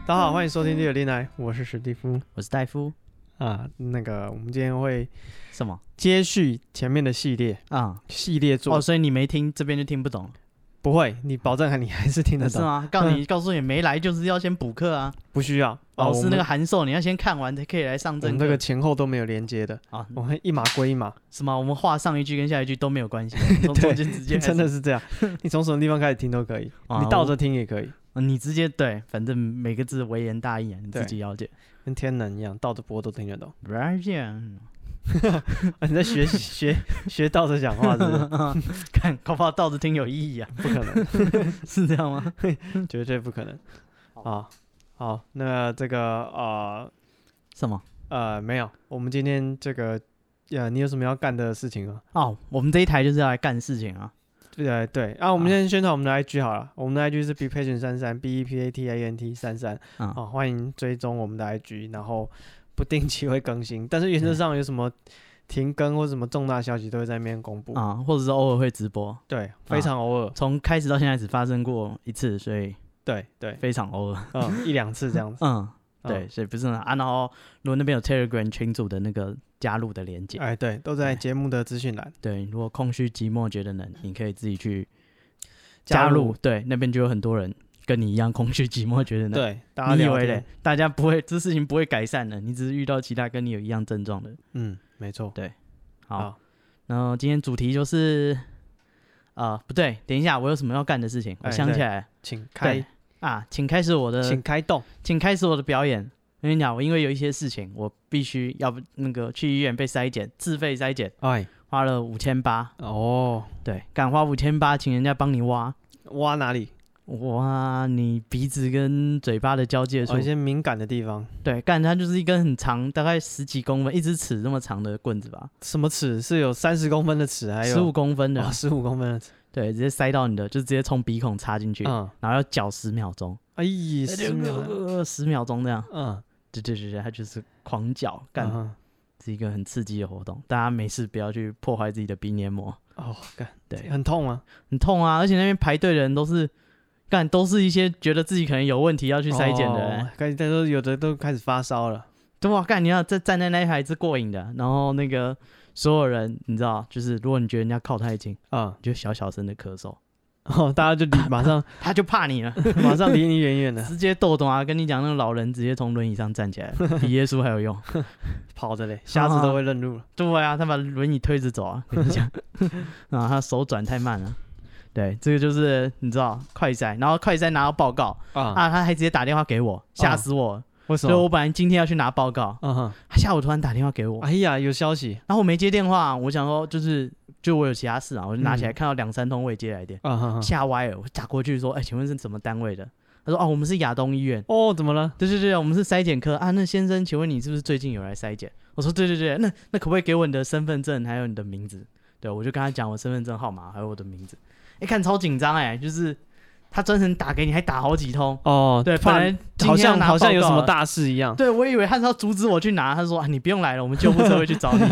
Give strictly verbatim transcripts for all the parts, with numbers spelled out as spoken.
大家好，欢迎收听第二恋爱，我是史蒂夫， 我是戴夫啊。那个，我们今天会什么接续前面的系列啊？ 系列作哦，所以你没听，这边就听不懂。 不会，你保证你还是听得懂、 啊、是吗？告诉你，告诉你没来就是要先补课啊。 不需要， 老师那个函授你要先看完才可以来上正课。 我们这个前后都没有连接的啊，我们一码归一码。 是吗？我们话上一句跟下一句都没有关系，从中间直接真的是这样。你从什么地方开始听都可以，啊、你倒着听也可以。 你直接对，反正每个字微言大义啊，你自己了解， 跟天能一样，倒着播都听得懂。 不是这样。 你在学学学倒着讲话是不是？ 看，搞不好倒着听有意义啊？ 不可能， 是这样吗？ 绝对不可能。啊，好，那这个呃什么？ 呃，没有，我们今天这个呃，你有什么要干的事情吗？ 哦，我们这一台就是要来干事情啊。 对对啊，我们先宣传我们的 I G 好了，我们的 I G 是 bepatient 三三 b e p a t i n t 三三，啊，欢迎追踪我们的 I G， 然后不定期会更新，但是原则上有什么停更或什么重大消息都会在那边公布啊，或者是偶尔会直播， 对，非常偶尔， 从、啊、开始到现在只发生过一次，所以对对， 非常偶尔， 嗯，一两次这样子， 嗯。对，所以不是啊。然后如果那边有 Telegram 群组的那个加入的连结， 哎，对，都在节目的资讯栏。 对，如果空虚寂寞觉得冷，你可以自己去加入。加入对，那边就有很多人跟你一样空虚寂寞觉得冷。 对，大家聊天，你以为嘞？ 大家不会，这事情不会改善的，你只是遇到其他跟你有一样症状的。 嗯，没错。 对，好。好然后今天主题就是啊、呃，不对，等一下，我有什么要干的事情？我想起来， 哎、请开。 啊，请开始我的， 请开动， 请开始我的表演。我跟你讲，我因为有一些事情，我必须要那个去医院被筛检，自费筛检，哎，花了五千八。哦，对，敢花五千八，请人家帮你挖， 挖哪里？ 挖你鼻子跟嘴巴的交界处， 哦，一些敏感的地方。 对，干它就是一根很长，大概十几公分，一只尺这么长的棍子吧？ 什么尺？是有三十公分的尺，还有十五公分的， 哦，十五公分的尺。对， 直接塞到你的，就直接从鼻孔插进去，嗯，然后要搅十秒钟。哎， 十秒， 呃，十秒钟这样， 嗯， 对对对对，它就是狂搅干，嗯、是一个很刺激的活动。大家没事不要去破坏自己的鼻黏膜哦，干， 对， 很痛吗？ 很痛啊！而且那边排队的人都是干，都是一些觉得自己可能有问题要去筛检的人， 哦，但都有的都开始发烧了。 对啊，干，你要站站在那一排是过瘾的，然后那个所有人，你知道，就是如果你觉得人家靠太近，啊、嗯，你就小小声的咳嗽。 哦，大家就离马上他就怕你了， 马上离你远远的， 直接逗懂啊！跟你讲，那个老人直接从轮椅上站起来，比耶稣还有用， 跑着嘞，瞎子都会认路了。 对啊，他把轮椅推着走啊，跟你讲，啊，他手转太慢了。对，这个就是你知道快筛，然后快筛拿到报告、嗯、啊，他还直接打电话给我，吓死我了。嗯为什么？ 所以我本来今天要去拿报告，嗯哼，他下午突然打电话给我， 哎呀，有消息， 然后我没接电话，我想说就是就我有其他事啊，我就拿起来看到两三通未接来电，嗯、吓歪了，我打过去说，哎，请问是什么单位的？他说哦，我们是亚东医院。 哦，怎么了？ 对对对，我们是筛检科啊。那先生，请问你是不是最近有来筛检？我说对对对，那那可不可以给我你的身份证还有你的名字？对，我就跟他讲我身份证号码还有我的名字。哎，看超紧张哎，就是。他专程打给你，还打好几通哦。对，本来好像好像有什么大事一样。 对，我以为他是要阻止我去拿，他说啊，你不用来了，我们救护車會去找你。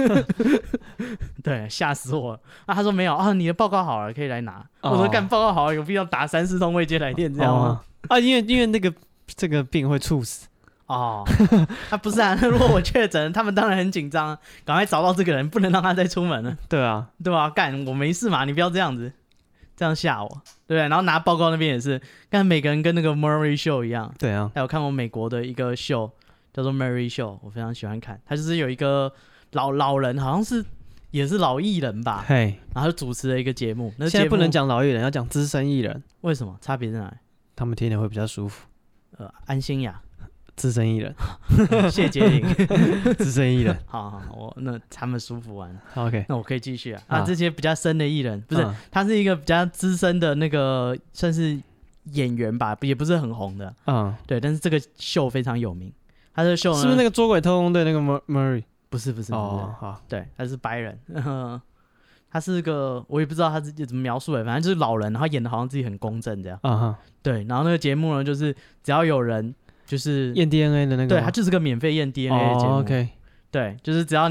对，吓死我了。啊，他說沒有啊，你的報告好了，可以來拿。哦、我說幹報告好了，有必要打三四通未接來電這樣嗎？哦、 啊，因為因為那個這個病會猝死。 哦，啊不是啊，如果我確診，他們當然很緊張，趕快找到這個人，不能讓他再出門了。 對啊， 對啊，幹我沒事嘛，你不要這樣子。這樣嚇我，對不對？然後拿報告那邊也是，看每個人跟那個 Murray Show 一樣。 對啊， 還有看過美國的一個秀，叫做 Murray Show， 我非常喜歡看。他就是有一個老老人，好像是也是老藝人吧，嘿，然後就主持了一個節目。那節目現在不能講老藝人，要講資深藝人。 為什麼？差別在哪裡？ 他們聽得會比較舒服。 呃，安心雅。 資深藝人， 謝傑霖， 資深藝人， 好好，我那他們舒服完 ，OK， 那我可以繼續啊。啊，這些比較深的藝人，不是，啊、他是一個比較資深的那個算是演員吧，也不是很紅的，嗯，對，但是這個秀非常有名。他這個秀呢， 是不是那個捉鬼特工隊那個 Murray？ 不是，不是，不是， 哦，好， 對，他是白人，他是個我也不知道他是怎麼描述的，反正就是老人，然後演的好像自己很公正這樣，嗯哼，對，然後那個節目呢，就是只要有人。就是驗 D N A 的那個， 對，它就是個免費驗 D N A 的節目。 哦 OK， 對，就是只要你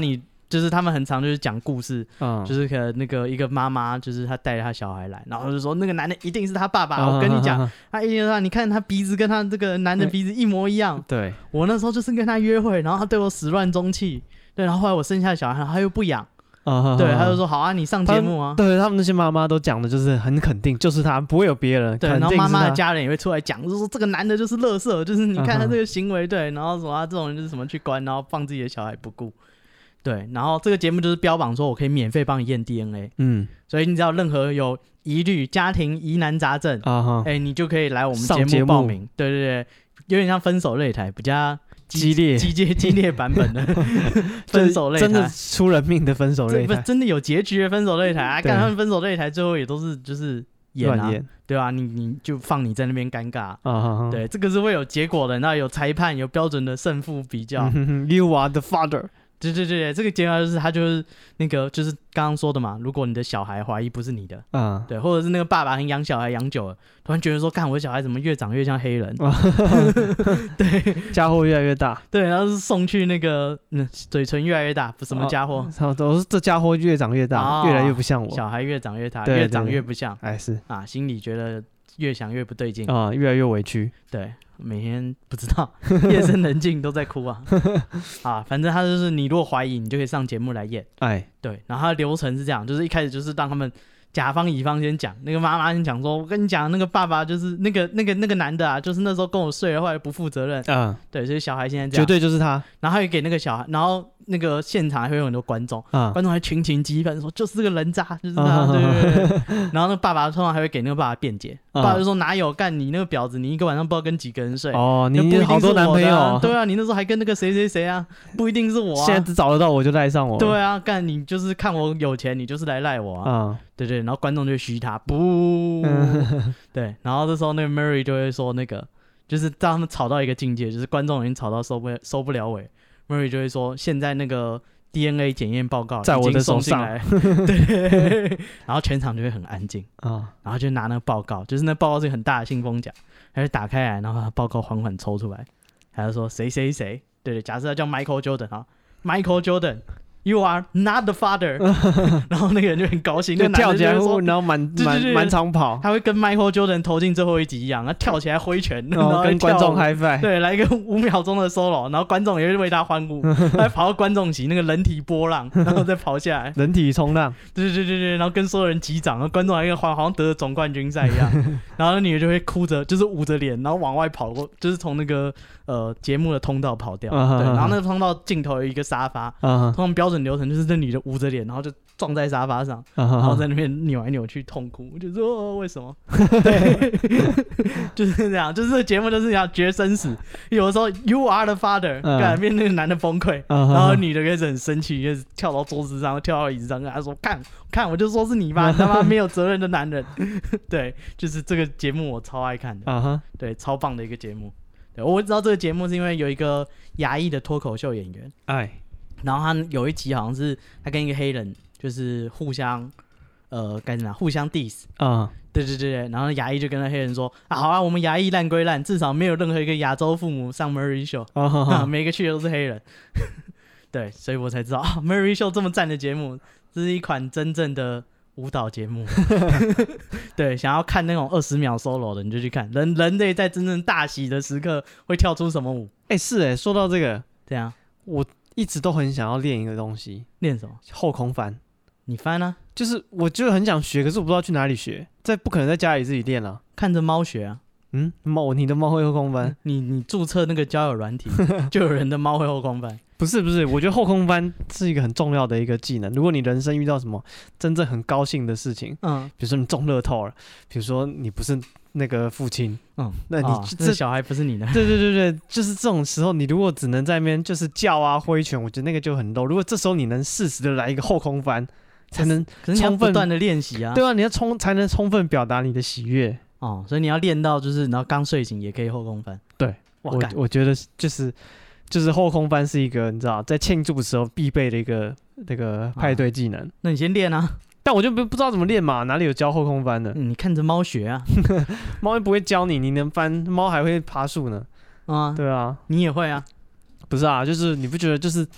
就是他们很常就是讲故事， 嗯， 就是可能那个一个妈妈，就是她带着她小孩来，然后就说那个男的一定是他爸爸，嗯、我跟你讲，嗯、他一定是他，你看他鼻子跟他这个男的鼻子一模一样。 对， 我那时候就是跟他约会，然后他对我始乱终弃，对，然后后来我生下小孩，他又不养。Uh, 对，他就说好啊，你上节目啊。 对，他们那些妈妈都讲的就是很肯定，就是他，不会有别人。 对，然后妈妈的家人也会出来讲，就是说这个男的就是垃圾，就是你看他这个行为，对，然后什么他这种人就是什么去关，然后放自己的小孩不顾。对，然后这个节目就是标榜说我可以免费帮你验 D N A， 嗯，所以你只要任何有疑虑、家庭疑难杂症，啊、哎，你就可以来我们节目报名。对对对，有点像分手擂台，比较。 激烈、 激烈、激烈版本的分手擂台， 真的出人命的分手擂台， 真的有结局的分手擂台啊！看他们分手擂台最后也都是就是演啊， 演对啊，你你就放你在那边尴尬，啊、对，这个是会有结果的，那有裁判，有标准的胜负比较。 You are the father。 对对对，这个结果就是他就是那个就是刚刚说的嘛，如果你的小孩怀疑不是你的，嗯，对，或者是那个爸爸很养小孩养久了，突然觉得说，看我的小孩怎么越长越像黑人，对， 家伙越来越大， 对，然后是送去那个嗯嘴唇越来越大，不什么家伙， 哦、都是这家伙越长越大，哦、越来越不像我， 小孩越长越大，越长越不像， 哎是啊，心里觉得越想越不对劲啊、嗯，越来越委屈， 对。每天不知道夜深人静都在哭啊啊！反正他就是你如果怀疑，你就可以上节目来验。哎，对，然后他的流程是这样，就是一开始就是让他们甲方乙方先讲，那个妈妈先讲说，我跟你讲，那个爸爸就是那个那个那个男的啊，就是那时候跟我睡了，后来不负责任。嗯，对，所以小孩现在这样， 绝对就是他。 然后还有给那个小孩，然后那个现场还会有很多观众，嗯、观众还群情激愤说就是这个人渣，就是他，嗯、对对对。然后那爸爸通常还会给那个爸爸辩解，嗯、爸爸就说哪有干你那个婊子，你一个晚上不知道跟几个人睡哦，你好多男朋友、啊， 对啊，你那时候还跟那个谁谁谁啊，不一定是我、啊， 现在只找得到我就赖上我， 对啊，干你就是看我有钱，你就是来赖我啊，嗯、对对，然后观众就会嘘他，不，嗯、对，然后这时候那个 Murray 就会说那个，就是让他们吵到一个境界，就是观众已经吵到受不收不了尾 ，Murray 就会说现在那个。D N A 检验报告在我的手上， 对，然后全场就会很安静啊、哦，然后就拿那个报告，就是那报告是很大的信封夹，他就打开来，然后把报告缓缓抽出来，他就说谁谁谁，对对，假设他叫 Michael Jordan 啊 ，Michael Jordan。You are not the father 。然后那个人就很高兴， 就跳起来，然后满满满场跑， 他会跟 Michael Jordan 投进最后一集一样，他跳起来挥拳， 然后跟观众 high five， 对，来一个五秒钟的 solo， 然后观众也会为他欢呼，他跑到观众席那个人体波浪，然后再跑下来， 人体冲浪， 对对对对，然后跟所有人击掌，然后观众还跟好像得了总冠军赛一样，然后那女的就会哭着，就是捂着脸，然后往外跑过，就是从那个呃节目的通道跑掉，对，然后那个通道尽头有一个沙发，通常标准流程就是这女的捂着脸，然后就撞在沙发上，然后在那边扭来扭去痛哭，就说、哦、为什么？对，就是这样，就是这个节目就是要决生死。有的时候 You are the father， 改变那个男的崩溃，然后女的开始很生气，开始跳到桌子上，跳到椅子上，跟他说：“看，看，我就说是你吧，你他妈没有责任的男人。”对，就是这个节目我超爱看的， uh-huh. 对，超棒的一个节目。对，我知道这个节目是因为有一个亚裔的脱口秀演员，哎。然后他有一集好像是他跟一个黑人就是互相呃该怎么样互相 diss 啊、嗯，对对对对，然后亚裔就跟那黑人说啊，好啊，我们亚裔烂归烂，至少没有任何一个亚洲父母上 Murray Show，、哦啊、每个去的都是黑人，对，所以我才知道啊 Murray Show 这么赞的节目，这是一款真正的舞蹈节目，对，想要看那种二十秒 solo 的你就去看，人人类在真正大喜的时刻会跳出什么舞？ 哎、欸，是哎、欸，说到这个， 这样我。一直都很想要练一个东西， 练什么？ 后空翻。 你翻啊？ 就是我就很想学，可是我不知道去哪里学。这不可能在家里自己练啊。 看着猫学啊。 嗯，猫，你的猫会后空翻？ 你你注册那个交友软体，就有人的猫会后空翻。 不是不是，我觉得后空翻是一个很重要的一个技能。如果你人生遇到什么真正很高兴的事情，嗯，比如说你中乐透了，比如说你不是那个父亲，嗯，那你、哦、 这小孩不是你的， 对对对对，就是这种时候，你如果只能在那边就是叫啊挥拳，我觉得那个就很 low。如果这时候你能适时的来一个后空翻，才能可是你要不断的练习啊， 对啊，你要充才能充分表达你的喜悦哦，所以你要练到就是然后刚睡醒也可以后空翻， 对，我我觉得就是就是后空翻是一个你知道在庆祝的时候必备的一个那个派对技能、啊， 那你先练啊。 但我就不不知道怎么练嘛，哪里有教后空翻的？ 嗯、你看着猫学啊， 猫又不会教你，你能翻，猫还会爬树呢。啊，对啊， 你也会啊？ 不是啊，就是你不觉得就是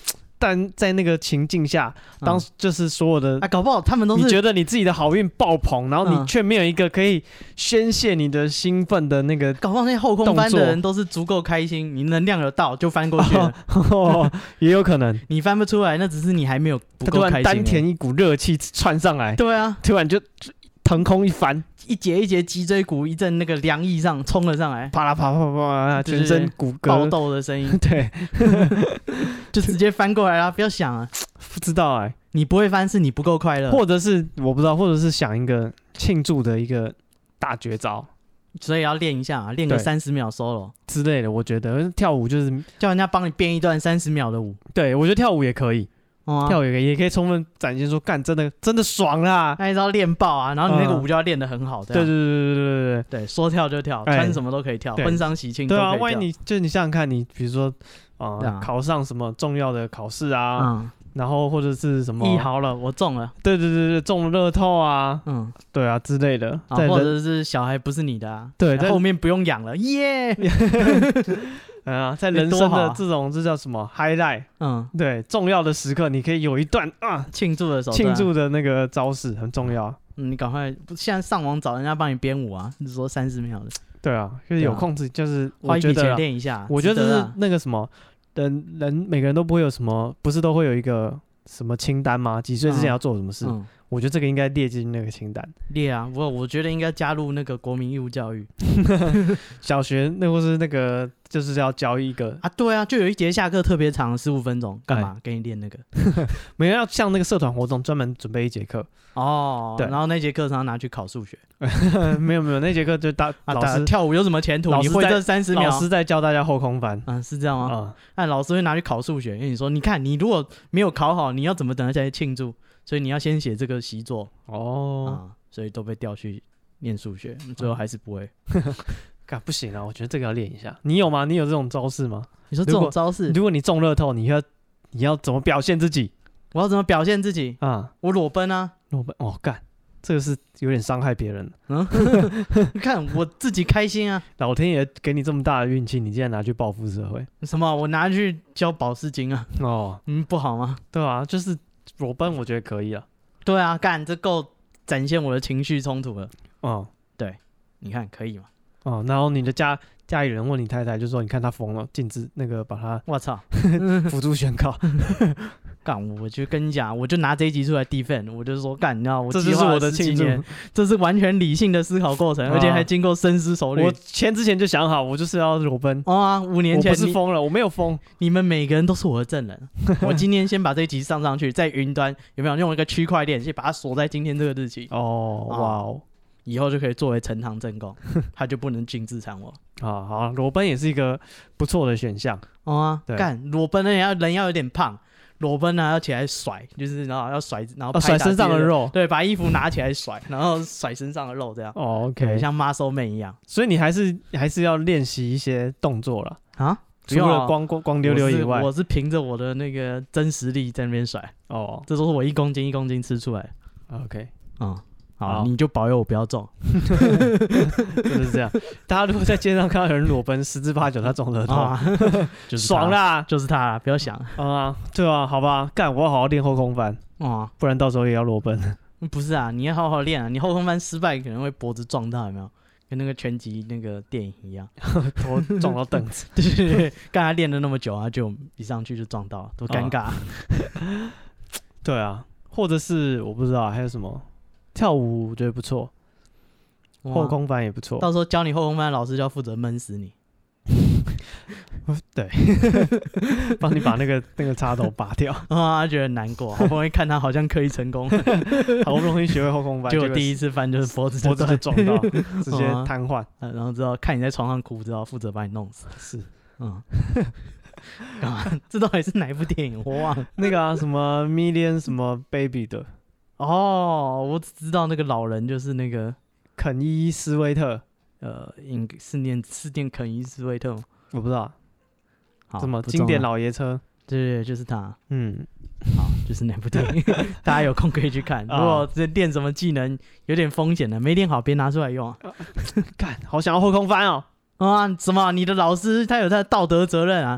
但在那个情境下，当就是所有的、 嗯、啊，搞不好他们都是你觉得你自己的好运爆棚，然后你却没有一个可以宣泄你的兴奋的那个， 搞不好那些后空翻的人都是足够开心，你能量有到就翻过去了， 哦、也有可能你翻不出来，那只是你还没有不够开心。 突然丹田一股热气窜上来， 对啊， 突然就腾空一翻， 一节一节脊椎骨一阵那个凉意上冲了上来， 啪啦啪啦啪啦，全身骨骼爆豆的声音， 对， 就直接翻过来啦，不要想啊， 不知道哎、欸， 你不会翻是你不够快乐， 或者是我不知道，或者是想一个庆祝的一个大绝招， 所以要练一下啊，练个三十秒 solo 之类的。我觉得跳舞就是叫人家帮你编一段三十秒的舞， 对我觉得跳舞也可以。 哦啊、 跳舞也可以，也可以充分展现说，干真的真的爽啦！ 那一招练爆啊，然后你那个舞就要练得很好，对对对对对对对对，说跳就跳， 哎、 穿什么都可以跳，婚丧喜庆都可以跳。 对啊，万一你就你想想看，你比如说啊、呃，考上什么重要的考试啊，嗯、然后或者是什么一好了，我中了， 对对对对，中了乐透啊， 嗯， 对啊之类的， 啊、或者是小孩不是你的啊， 对， 后面不用养了，耶、 yeah! 啊，在人生的这种这叫什么 highlight？ 嗯，对，重要的时刻你可以有一段啊庆祝的手段， 庆祝的那个招式很重要。 嗯，你赶快现在上网找人家帮你编舞啊，你说三十秒的。 对啊，就是有控制，就是花一笔钱练一下。 我觉得是那个什么人人每个人都不会有什么，不是都会有一个什么清单吗？几岁之前要做什么事？嗯嗯我觉得这个应该列进那个清单。 列啊，我我觉得应该加入那个国民义务教育， 小学那或是那个就是要教一个啊，对啊，就有一节下课特别长，十五分钟，干嘛？给你练那个？ 没有要像那个社团活动专门准备一节课哦，对，然后那节课常拿去考数学。 没有没有，那节课就大啊， 老师跳舞有什么前途？你会这三十秒？ 老师在教大家后空翻， 嗯，是这样吗？那、嗯、老师会拿去考数学，因为你说，你看你如果没有考好，你要怎么等下再庆祝？所以你要先写这个习作哦、嗯，所以都被调去念数学，最后还是不会。 干不行啊！我觉得这个要练一下。你有吗？你有这种招式吗？ 你说这种招式？ 如果你中乐透，你要你要怎么表现自己？ 我要怎么表现自己啊、嗯？我裸奔啊！ 裸奔哦，干，这个是有点伤害别人。嗯， 你看我自己开心啊！ 老天爷给你这么大的运气，你竟然拿去报复社会？ 什么？我拿去交保释金啊？哦，嗯，不好吗？ 对啊，就是裸奔，我觉得可以啊。 对啊，干这够展现我的情绪冲突了。哦，对，你看可以吗？ 哦，然后你的家家里人问你太太，就说你看他疯了，禁止那个把他， 我操， 辅助宣告。 干，我就跟你讲，我就拿这一集出来 defend， 我就说干，你知道我这就是我的庆祝， 这是完全理性的思考过程，啊、而且还经过深思熟虑。 我签之前就想好，我就是要裸奔。 哦啊，五年前我不是疯了，我没有疯。 你们每个人都是我的证人。我今天先把这一集上上去，在云端有没有用一个区块链先把它锁在今天这个日期？ 哦，哇哦。 以后就可以作为呈堂证供，他就不能禁制产我。 啊，好，裸奔也是一个不错的选项。 哦啊，干裸奔呢要人要有点胖，裸奔呢要起来甩，就是然后要甩，然后拍、 哦、甩身上的肉， 对，把衣服拿起来甩，然后甩身上的肉这样。 哦 ，OK， 像 muscle man 一样。 所以你还是还是要练习一些动作啦。 啊， 除了光光光溜溜以外， 我是, 我是凭着我的那个真实力在那边甩。哦，这都是我一公斤一公斤吃出来。 OK， 嗯。好，你就保佑我不要中， 真的是这样。大家如果在街上看到有人裸奔，十之八九他中乐透，啊、就是爽啦， 就是他啦，不要想啊，对啊，好吧，干，我要好好练后空翻啊，不然到时候也要裸奔。 不是啊，你要好好练啊，你后空翻失败可能会脖子撞到，有没有？跟那个拳击那个电影一样， 头撞到凳子。 对对对，刚才练了那么久啊，就一上去就撞到了，多尴尬。啊对啊，或者是我不知道还有什么。跳舞我觉得不错，后空翻也不错。 到时候教你后空翻的老师就要负责闷死你。 对，帮你把那个那个插头拔掉。 啊，觉得难过，好不容易看他好像可以成功， 好不容易学会后空翻， 结果第一次翻就是脖子脖子就撞到，直接瘫痪、 嗯。然后之后看你在床上哭，知道负责把你弄死。 是， 嗯。干嘛？这到底是哪一部电影？我忘了。 那个啊，什么 Million 什么 Baby 的。 哦，我只知道那个老人就是那个肯伊斯威特， 呃，应是念是念肯伊斯威特吗？ 我不知道。什么经典老爷车？ 对对对，就是他。 嗯， 好，就是那部电影，大家有空可以去看。如果这练什么技能有点风险的，没练好别拿出来用啊。 干，好想要后空翻哦。 啊，什么？你的老师他有他的道德责任啊。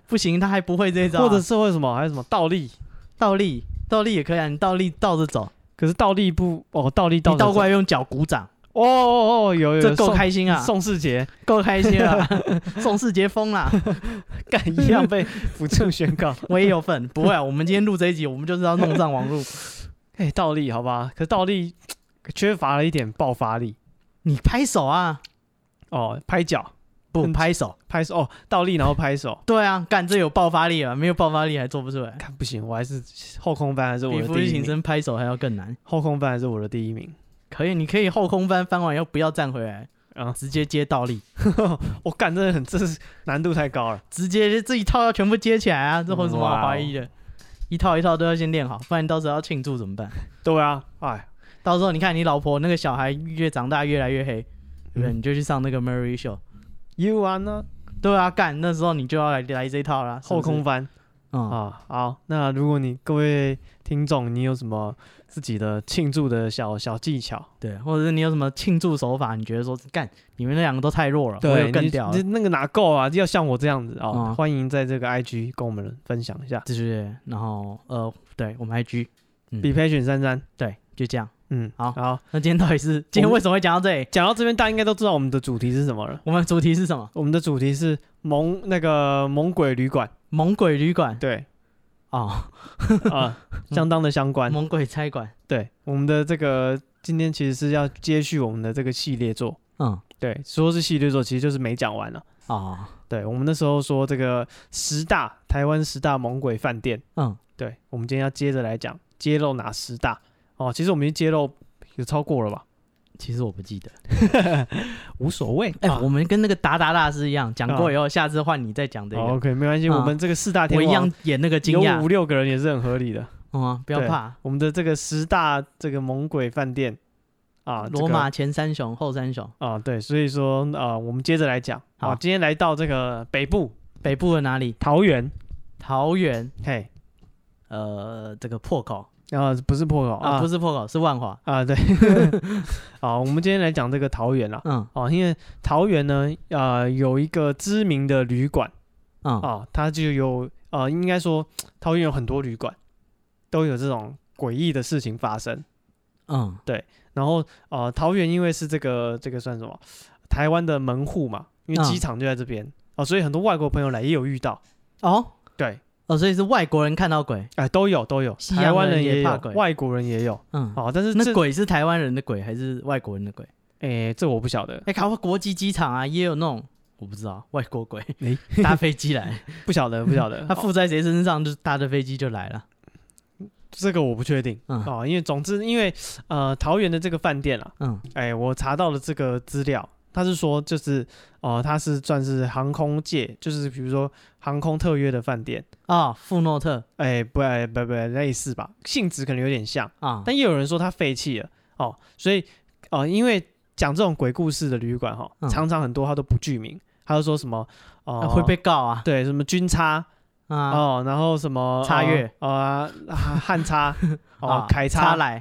不行，他还不会这一招、啊。 或者是会什么，还有什么倒立， 倒立，倒立也可以啊，你倒立倒着走。 可是倒立不哦，倒立倒着走， 你倒过来用脚鼓掌。 哦哦哦，有有， 这够开心啊！ 宋世杰够开心啊！宋世杰疯啦， 干一样被辅助宣告， 我也有份。不会啊，我们今天录这一集，我们就是要弄上网路。 哎、欸，倒立好吧，可是倒立缺乏了一点爆发力。 你拍手啊！ 哦，拍脚不拍手， 拍手哦，倒立然后拍手。 对啊，干这有爆发力啊，没有爆发力还做不出来。 看不行，我还是后空翻还是我的第一名。 比伏地挺身拍手还要更难。 后空翻还是我的第一名。 可以，你可以后空翻，翻完以后不要站回来，啊，直接接倒立。 我干，真的很，这是难度太高了。 直接这一套要全部接起来啊，这有什么好怀疑的？嗯、一套一套都要先练好，不然到时候要庆祝怎么办？ 对啊，哎， 到时候你看你老婆那个小孩越长大越来越黑，对不对？嗯、你就去上那个 Murray Show。You are not。对啊，干，那时候你就要来来这一套啦， 后空翻。嗯啊，好，那如果你各位听众，你有什么自己的庆祝的小小技巧， 对，或者是你有什么庆祝手法，你觉得说干你们那两个都太弱了， 对， 我有更屌了， 那个哪够啊？要像我这样子啊、哦嗯，欢迎在这个 I G 跟我们分享一下， 对对对，然后呃，对我们 I G， 嗯 ，Be Patient 三三， 对，就这样，嗯，好， 好， 那今天到底是今天为什么会讲到这里？ 讲到这边，大家应该都知道我们的主题是什么了。 我们的主题是什么？ 我们的主题是猛那个猛鬼旅馆， 猛鬼旅馆， 对。 哦， 啊，相当的相关。 猛鬼差馆， 对，我们的这个今天其实是要接续我们的这个系列作。嗯，对，说是系列作，其实就是没讲完了。哦，对，我们那时候说这个十大台湾十大猛鬼饭店。嗯，对，我们今天要接着来讲揭露哪十大。哦，其实我们已经揭露有超过了吧？ 其实我不记得， 无所谓。 哎、欸啊，我们跟那个达达大师一样，讲过以后，啊、下次换你再讲这个。 OK， 没关系、啊，我们这个四大天王， 我一样演那个惊讶， 有五六个人也是很合理的。 嗯，不要怕。 我们的这个十大这个猛鬼饭店啊， 罗马前三雄、后三雄啊，对，所以说啊，我们接着来讲。好，今天来到这个北部， 北部的哪里？ 桃园， 桃园， 嘿， 呃，这个破口。 啊，不是破口啊，不是破口，是万华啊，对。好，我们今天来讲这个桃园啦。嗯，哦，因为桃园呢，呃，有一个知名的旅馆，嗯，啊，它就有，呃，应该说桃园有很多旅馆，都有这种诡异的事情发生。嗯，对。然后，呃，桃园因为是这个这个算什么？台湾的门户嘛，因为机场就在这边，哦、嗯，所以很多外国朋友来也有遇到。哦，对。 哦，所以是外国人看到鬼， 哎，都有都有，台湾人也有，外国人也有，嗯，好、哦，但是那鬼是台湾人的鬼还是外国人的鬼？ 哎，这我不晓得。 哎，考国际机场啊，也有那种我不知道外国鬼，哎，搭飞机来， 不晓得不晓得， 他附在谁身上，就是搭着飞机就来了。 这个我不确定，嗯，哦，因为总之因为呃桃园的这个饭店啊，嗯，哎，我查到了这个资料。他是说，就是哦、呃，他是算是航空界，就是比如说航空特约的饭店啊，富诺特， 哎，不不不，类似吧，性质可能有点像啊，但也有人说他废弃了哦，所以哦、呃，因为讲这种鬼故事的旅馆哈、哦嗯，常常很多他都不具名，他就说什么哦、呃、 会被告啊， 对，什么军差啊，哦，然后什么差越啊，汉差哦，凯差来。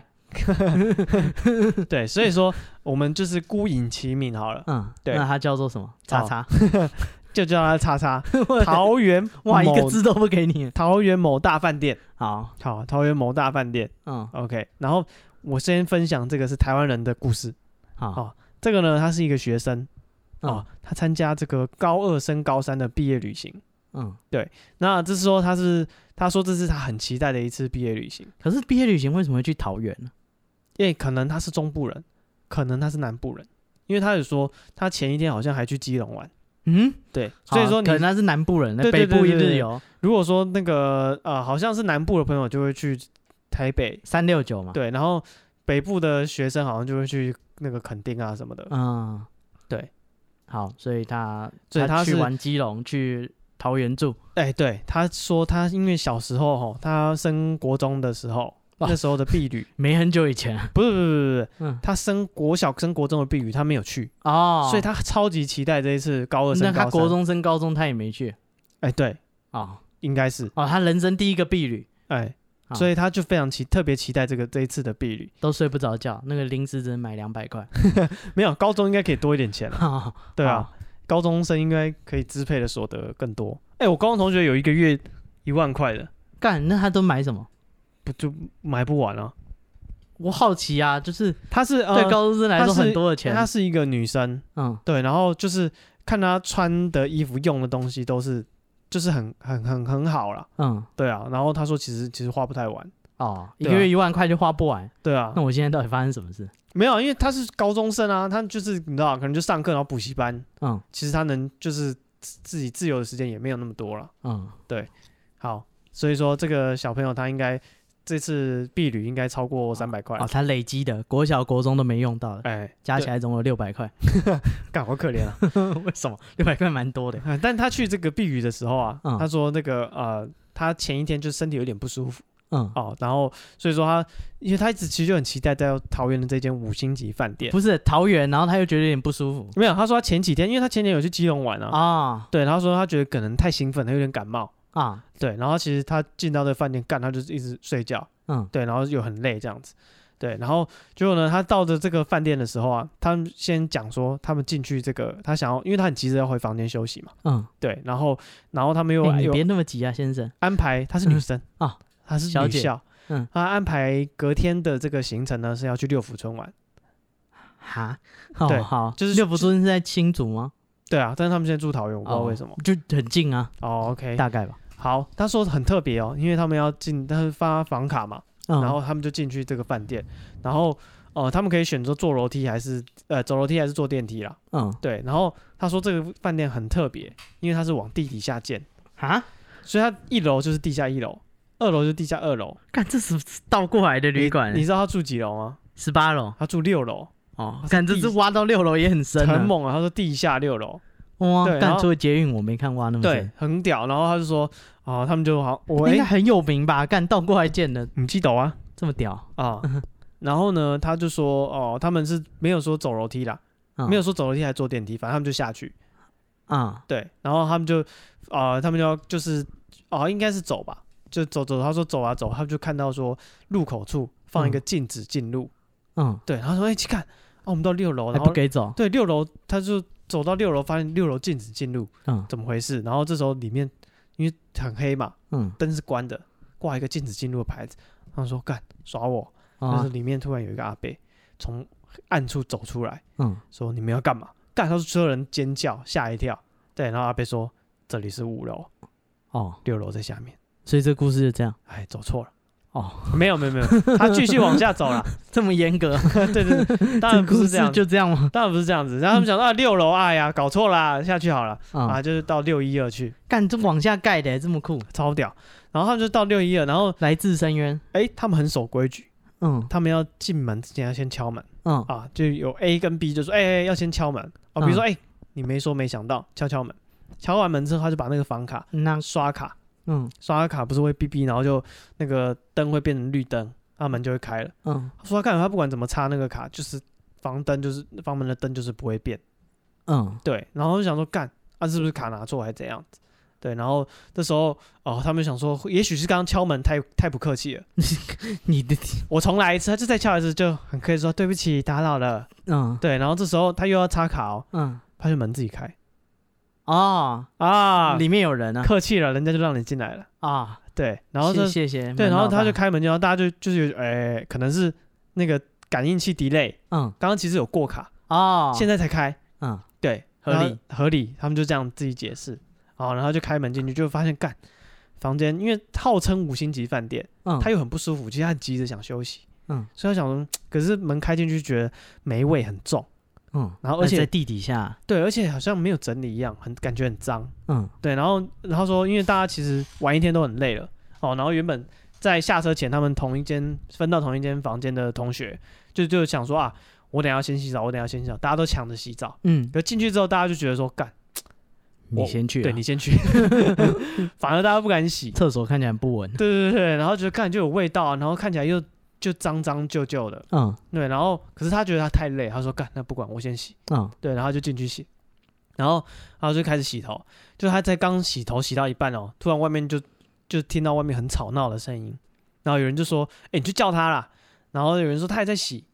对，所以说我们就是孤影其名好了。嗯，对， 那它叫做什么？叉叉， 哦、就叫它叉叉。桃园哇，一个字都不给你。 桃园某大饭店， 好好，桃园某大饭店。嗯 ，OK。然后我先分享这个是台湾人的故事。好，哦、这个呢，他是一个学生。哦、嗯，他参加这个高二升高三的毕业旅行。嗯，对。那这是说他是他说这是他很期待的一次毕业旅行。 可是毕业旅行为什么会去桃园呢？ 因为可能他是中部人，可能他是南部人，因为他有说他前一天好像还去基隆玩。嗯，对，所以说你可能他是南部人，那北部一日游。 如果说那个呃好像是南部的朋友就会去台北三六九嘛， 对，然后北部的学生好像就会去那个垦丁啊什么的。嗯，对， 好，所以他所以他去玩基隆，去桃园住。 哎，对，他说他因为小时候哈，他升国中的时候。那时候的毕旅没很久以前， 不是不是不是，嗯，他升国小升国中的毕旅他没有去哦，所以他超级期待这一次高二升高三。 那他国中升高中他也没去， 哎，对，哦，应该是哦，他人生第一个毕旅， 哎，所以他就非常期特别期待这个这一次的毕旅， 都睡不着觉，那个零食只能买两百块， 没有，高中应该可以多一点钱了，对啊。高中生应该可以支配的所得更多哎、欸，我高中同学有一个月一万块的， 干，那他都买什么？ 不就买不完啊？ 我好奇啊，就是他是、呃、 对高中生来说很多的钱。 她是一个女生，嗯，对，然后就是看她穿的衣服、用的东西都是，就是很很很很好啦，嗯，对啊。然后她说其实其实花不太完哦，一个月一万块就花不完， 对啊。 那我现在到底发生什么事？ 没有，因为她是高中生啊，她就是你知道，可能就上课然后补习班，嗯，其实她能就是自己自由的时间也没有那么多了，嗯，对，好，所以说这个小朋友他应该。这次毕旅应该超过三百块哦，他累积的国小国中都没用到的，哎，加起来总有六百块， 干好可怜啊！ 为什么六百块蛮多的？ 但他去这个毕旅的时候啊，嗯、他说那个呃，他前一天就身体有点不舒服，嗯，哦，然后所以说他，因为他一直其实就很期待在桃园的这间五星级饭店， 不是桃园，然后他又觉得有点不舒服， 没有，他说他前几天，因为他前天有去基隆玩啊，啊，对，他说他觉得可能太兴奋，他有点感冒。啊，对，然后其实他进到这个饭店干，他就是一直睡觉，嗯，对，然后又很累这样子，对，然后结果呢，他到了这个饭店的时候啊，他们先讲说他们进去这个，他想要，因为他很急着要回房间休息嘛，嗯，对，然后然后他们又， 欸、你别那么急啊，先生， 安排她是女生啊、嗯，她是女校，嗯，她安排隔天的这个行程呢是要去六福村玩， 哈，哦、对，好，就是六福村是在新竹吗？ 对啊，但是他们现在住桃园，我不知道为什么， 哦、就很近啊， 哦 ，OK， 大概吧。 好，他说很特别哦，因为他们要进，他是发房卡嘛，嗯、然后他们就进去这个饭店，然后呃，他们可以选择坐楼梯还是呃走楼梯还是坐电梯啦，嗯，对，然后他说这个饭店很特别，因为它是往地底下建啊，所以它一楼就是地下一楼，二楼就是地下二楼， 看这是倒过来的旅馆， 你知道他住几楼吗？ 十八楼， 他住六楼哦，看这是挖到六楼也很深， 很猛啊，他说地下六楼。 哇！但除了捷运，我没看挖那么深。 对，很屌。然后他就说，哦、呃，他们就好，我应该很有名吧？干倒过来建的， 你记得啊？ 这么屌啊！ 然后呢，他就说，哦、呃，他们是没有说走楼梯啦，嗯、没有说走楼梯还坐电梯，反正他们就下去。啊、嗯，对。然后他们就，啊、呃，他们就要就是，哦、呃，应该是走吧，就走走。他说走啊走，他们就看到说入口处放一个禁止进入。嗯，对。然后说，哎、欸，去看，哦，我们到六楼， 还不给走。 对，六楼他就。走到六楼，发现六楼禁止进入，嗯，怎么回事？然后这时候里面因为很黑嘛，嗯，灯是关的，挂一个禁止进入的牌子。他说：“干耍我！”啊、但是里面突然有一个阿伯从暗处走出来，嗯，说：“你们要干嘛？”干，他说所有人尖叫，吓一跳。对，然后阿伯说：“这里是五楼，哦，六楼在下面。” 所以这故事就这样， 哎，走错了。哦，没有没有没有，他继续往下走了， 这么严格？ 对对对，当然不是这样， 就这样吗？ 当然不是这样子。然后他们想到、啊、六楼，哎呀，搞错啦，下去好了、嗯、啊，就是到六一二去。 干，这往下盖的，这么酷， 超屌。然后他们就到六一二，然后来自深渊。 哎，他们很守规矩，嗯，他们要进门之前要先敲门，嗯啊，就有 A 跟 B 就说，哎哎，要先敲门哦，比如说，哎、嗯，你没说没想到，敲敲门，敲完门之后，他就把那个房卡那刷卡。嗯，刷卡不是会哔哔，然后就那个灯会变成绿灯，那门就会开了。嗯，他说他看他不管怎么插那个卡，就是房灯就是房门的灯就是不会变。嗯，对，然后就想说干，啊是不是卡拿错还是怎样子？对，然后这时候哦，他们想说，也许是刚刚敲门太太不客气了。 你的我重来一次，他就再敲一次，就很客气说对不起，打扰了。嗯，对，然后这时候他又要插卡哦，嗯，他就门自己开。哦啊， 里面有人啊， 客气了，人家就让你进来了啊。对，然后就谢谢， 对，然后他就开门，然后大家就就是有，哎、欸，可能是那个感应器 delay， 嗯，刚刚其实有过卡哦，现在才开，嗯，对， 合理合理，他们就这样自己解释，哦，然后就开门进去，就发现干房间，因为号称五星级饭店，嗯，他又很不舒服，其实他很急着想休息，嗯，所以他想说，可是门开进去觉得霉味很重。嗯，然后而且在地底下， 对，而且好像没有整理一样，很感觉很脏。嗯，对，然后然后说，因为大家其实玩一天都很累了，哦，然后原本在下车前，他们同一间分到同一间房间的同学，就就想说啊，我等一下先洗澡，我等一下先洗澡，大家都抢着洗澡。嗯，可进去之后，大家就觉得说，干， 你先去、啊， 对你先去，反而大家不敢洗， 厕所看起来很不稳。 对对对，然后觉得看就有味道，然后看起来又。就脏脏旧旧的，嗯，对，然后可是他觉得他太累，他说干，那不管我先洗，嗯，对，然后就进去洗，然后然后就开始洗头，就他在刚洗头洗到一半哦，突然外面就就听到外面很吵闹的声音，然后有人就说，哎、欸，你去叫他啦，然后有人说他也在洗，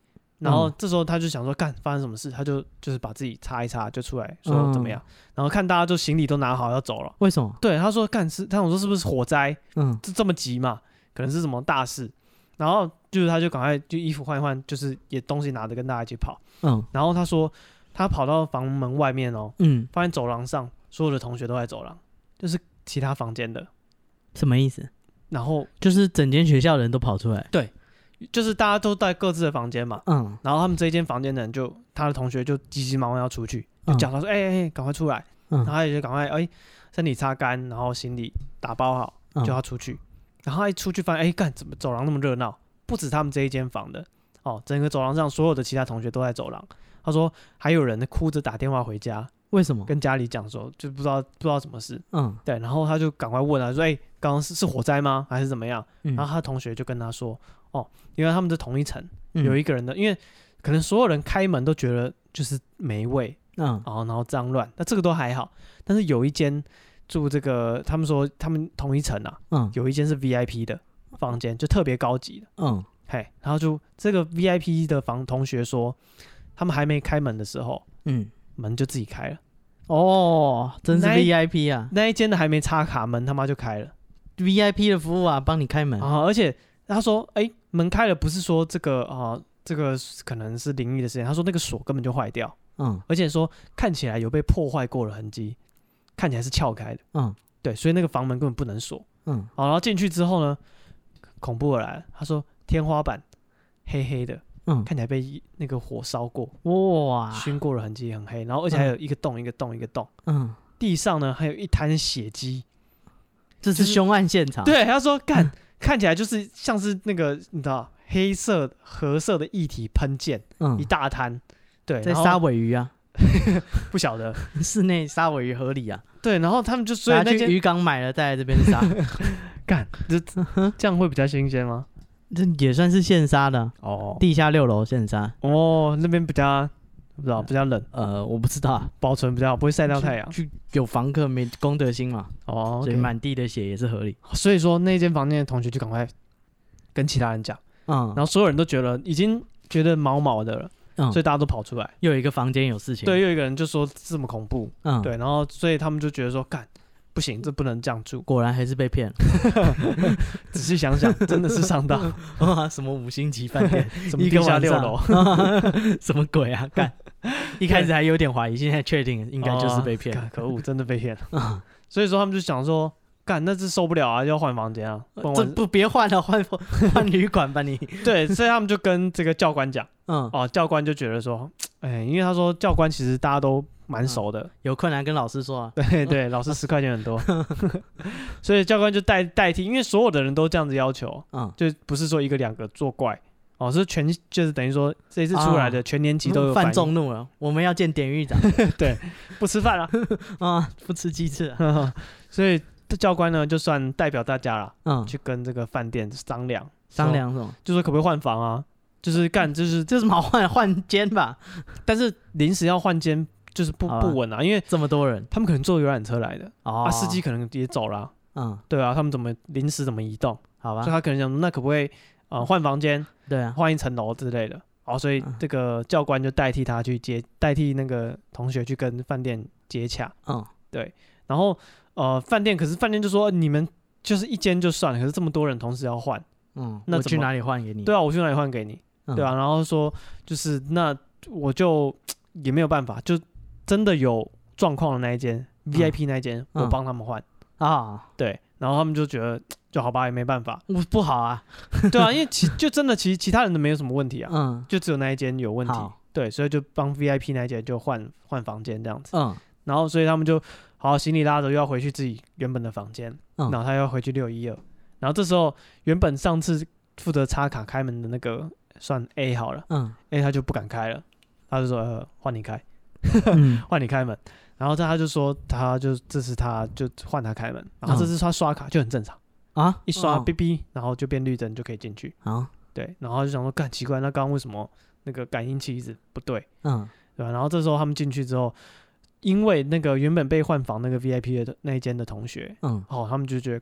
然后这时候他就想说，干发生什么事？他就就是把自己擦一擦，就出来说怎么样？嗯、然后看大家就行李都拿好要走了。 为什么？ 对，他说干是，他想说是不是火灾？嗯，这这么急嘛？可能是什么大事？然后就是他就赶快就衣服换一换，就是也东西拿着跟大家一起跑。嗯，然后他说他跑到房门外面哦，嗯，发现走廊上所有的同学都在走廊，就是其他房间的。 什么意思？ 然后就是整间学校的人都跑出来。 对。就是大家都在各自的房间嘛，嗯，然后他们这一间房间的人就他的同学就急急忙忙要出去，就叫他说：“哎哎哎，赶快出来！”嗯，然后他也就赶快哎身体擦干，然后行李打包好，就要出去。嗯、然后他一出去发现，哎，干怎么走廊那么热闹？不止他们这一间房的哦，整个走廊上所有的其他同学都在走廊。他说还有人哭着打电话回家， 为什么？ 跟家里讲说就不知道不知道什么事，嗯，对，然后他就赶快问他说：“哎，刚刚是是火灾吗？还是怎么样？”嗯、然后他同学就跟他说。哦，因为他们是同一层，嗯、有一个人的，因为可能所有人开门都觉得就是没味，嗯，然后然后脏乱，那这个都还好，但是有一间住这个，他们说他们同一层啊，嗯，有一间是 V I P 的房间，就特别高级的，嗯，嘿，然后就这个 V I P 的房同学说，他们还没开门的时候，嗯，门就自己开了， 哦，真是 V I P 啊， 那一间的还没插卡，门他妈就开了 ，V I P 的服务啊，帮你开门啊，而且他说，哎、欸。门开了，不是说这个啊、呃，这个可能是灵异的事情。他说那个锁根本就坏掉，嗯，而且说看起来有被破坏过的痕迹，看起来是撬开的，嗯，对，所以那个房门根本不能锁，嗯，好，然后进去之后呢，恐怖的来了，他说天花板黑黑的，嗯，看起来被那个火烧过，哇，熏过的痕迹很黑，然后而且还有一个洞一个洞一个洞，嗯，地上呢还有一滩血迹， 这是凶案现场。 对，他说干。看起来就是像是那个你知道黑色褐色的液体喷溅，嗯，一大滩，对， 在杀尾鱼啊， 不晓得室内杀尾鱼合理啊， 对，然后他们就所以那去渔港买了，再来这边杀， 干，这这样会比较新鲜吗？ 这也算是现杀的、啊、哦，地下六楼现杀哦，那边比较不知道比较冷， 呃，我不知道， 保存比较好，不会晒到太阳。 就有房客没公德心嘛，哦， okay、所以满地的血也是合理。 所以说那间房间的同学就赶快跟其他人讲，嗯，然后所有人都觉得已经觉得毛毛的了，嗯，所以大家都跑出来。 又有一个房间有事情， 对，又有一个人就说这么恐怖，嗯，对，然后所以他们就觉得说干。不行，这不能这样住。 果然还是被骗了。 仔细想想，真的是上当。 什么五星级饭店， 什么地下六楼， 什么鬼啊？干！一开始还有点怀疑，现在确定应该就是被骗了。 哦、可恶，真的被骗了。所以说他们就想说，干，那是受不了啊，要换房间啊。 这不别换了，换换旅馆吧你。 对，所以他们就跟这个教官讲，嗯，哦，教官就觉得说，哎，因为他说教官其实大家都。蛮熟的、嗯， 有困难跟老师说啊。 对对，老师十块钱很多，所以教官就代代替，因为所有的人都这样子要求，嗯，就不是说一个两个作怪，哦，是全就是等于说这一次出来的全年级都有反应。 犯众怒了，我们要见典狱长， 对，不吃饭了啊，不吃鸡翅， 所以这教官呢就算代表大家了，嗯，去跟这个饭店商量， 商量什么？ 就说可不可以换房啊？就是干，就是这是毛换换间吧？ 但是临时要换间。就是不不稳啊，因为这么多人， 他们可能坐游览车来的，哦、啊，司机可能也走了、啊，嗯，对啊，他们怎么临时怎么移动？好吧，所以他可能想，那可不可以呃换房间？对啊，换一层楼之类的。哦，所以这个教官就代替他去接，代替那个同学去跟饭店接洽。嗯，对，然后呃饭店，可是饭店就说你们就是一间就算了，可是这么多人同时要换， 嗯，那我去哪里换给你？ 对啊，我去哪里换给你？嗯、对啊，然后说就是那我就也没有办法，就。真的有状况的那一间、嗯、V I P 那一间，嗯、我帮他们换、嗯、啊，对，然后他们就觉得就好吧，也没办法， 我不好啊， 对啊，因为其就真的其其他人都没有什么问题啊，嗯，就只有那一间有问题，对，所以就帮 V I P 那一间就换换房间这样子，嗯，然后所以他们就好行李拉着又要回去自己原本的房间，嗯，然后他又要回去六一二，然后这时候原本上次负责插卡开门的那个算 A 好了，嗯 ，A 他就不敢开了，他就说呃换你开。换你开门，然后他就说，他就这次他就换他开门，然后这次他刷卡就很正常啊，一刷哔哔，然后就变绿灯就可以进去啊，对，然后就想说，干奇怪，那刚刚为什么那个感应器一直不对？嗯，对吧？然后这时候他们进去之后，因为那个原本被换房那个 V I P 的那一间的同学，嗯，哦，他们就觉得干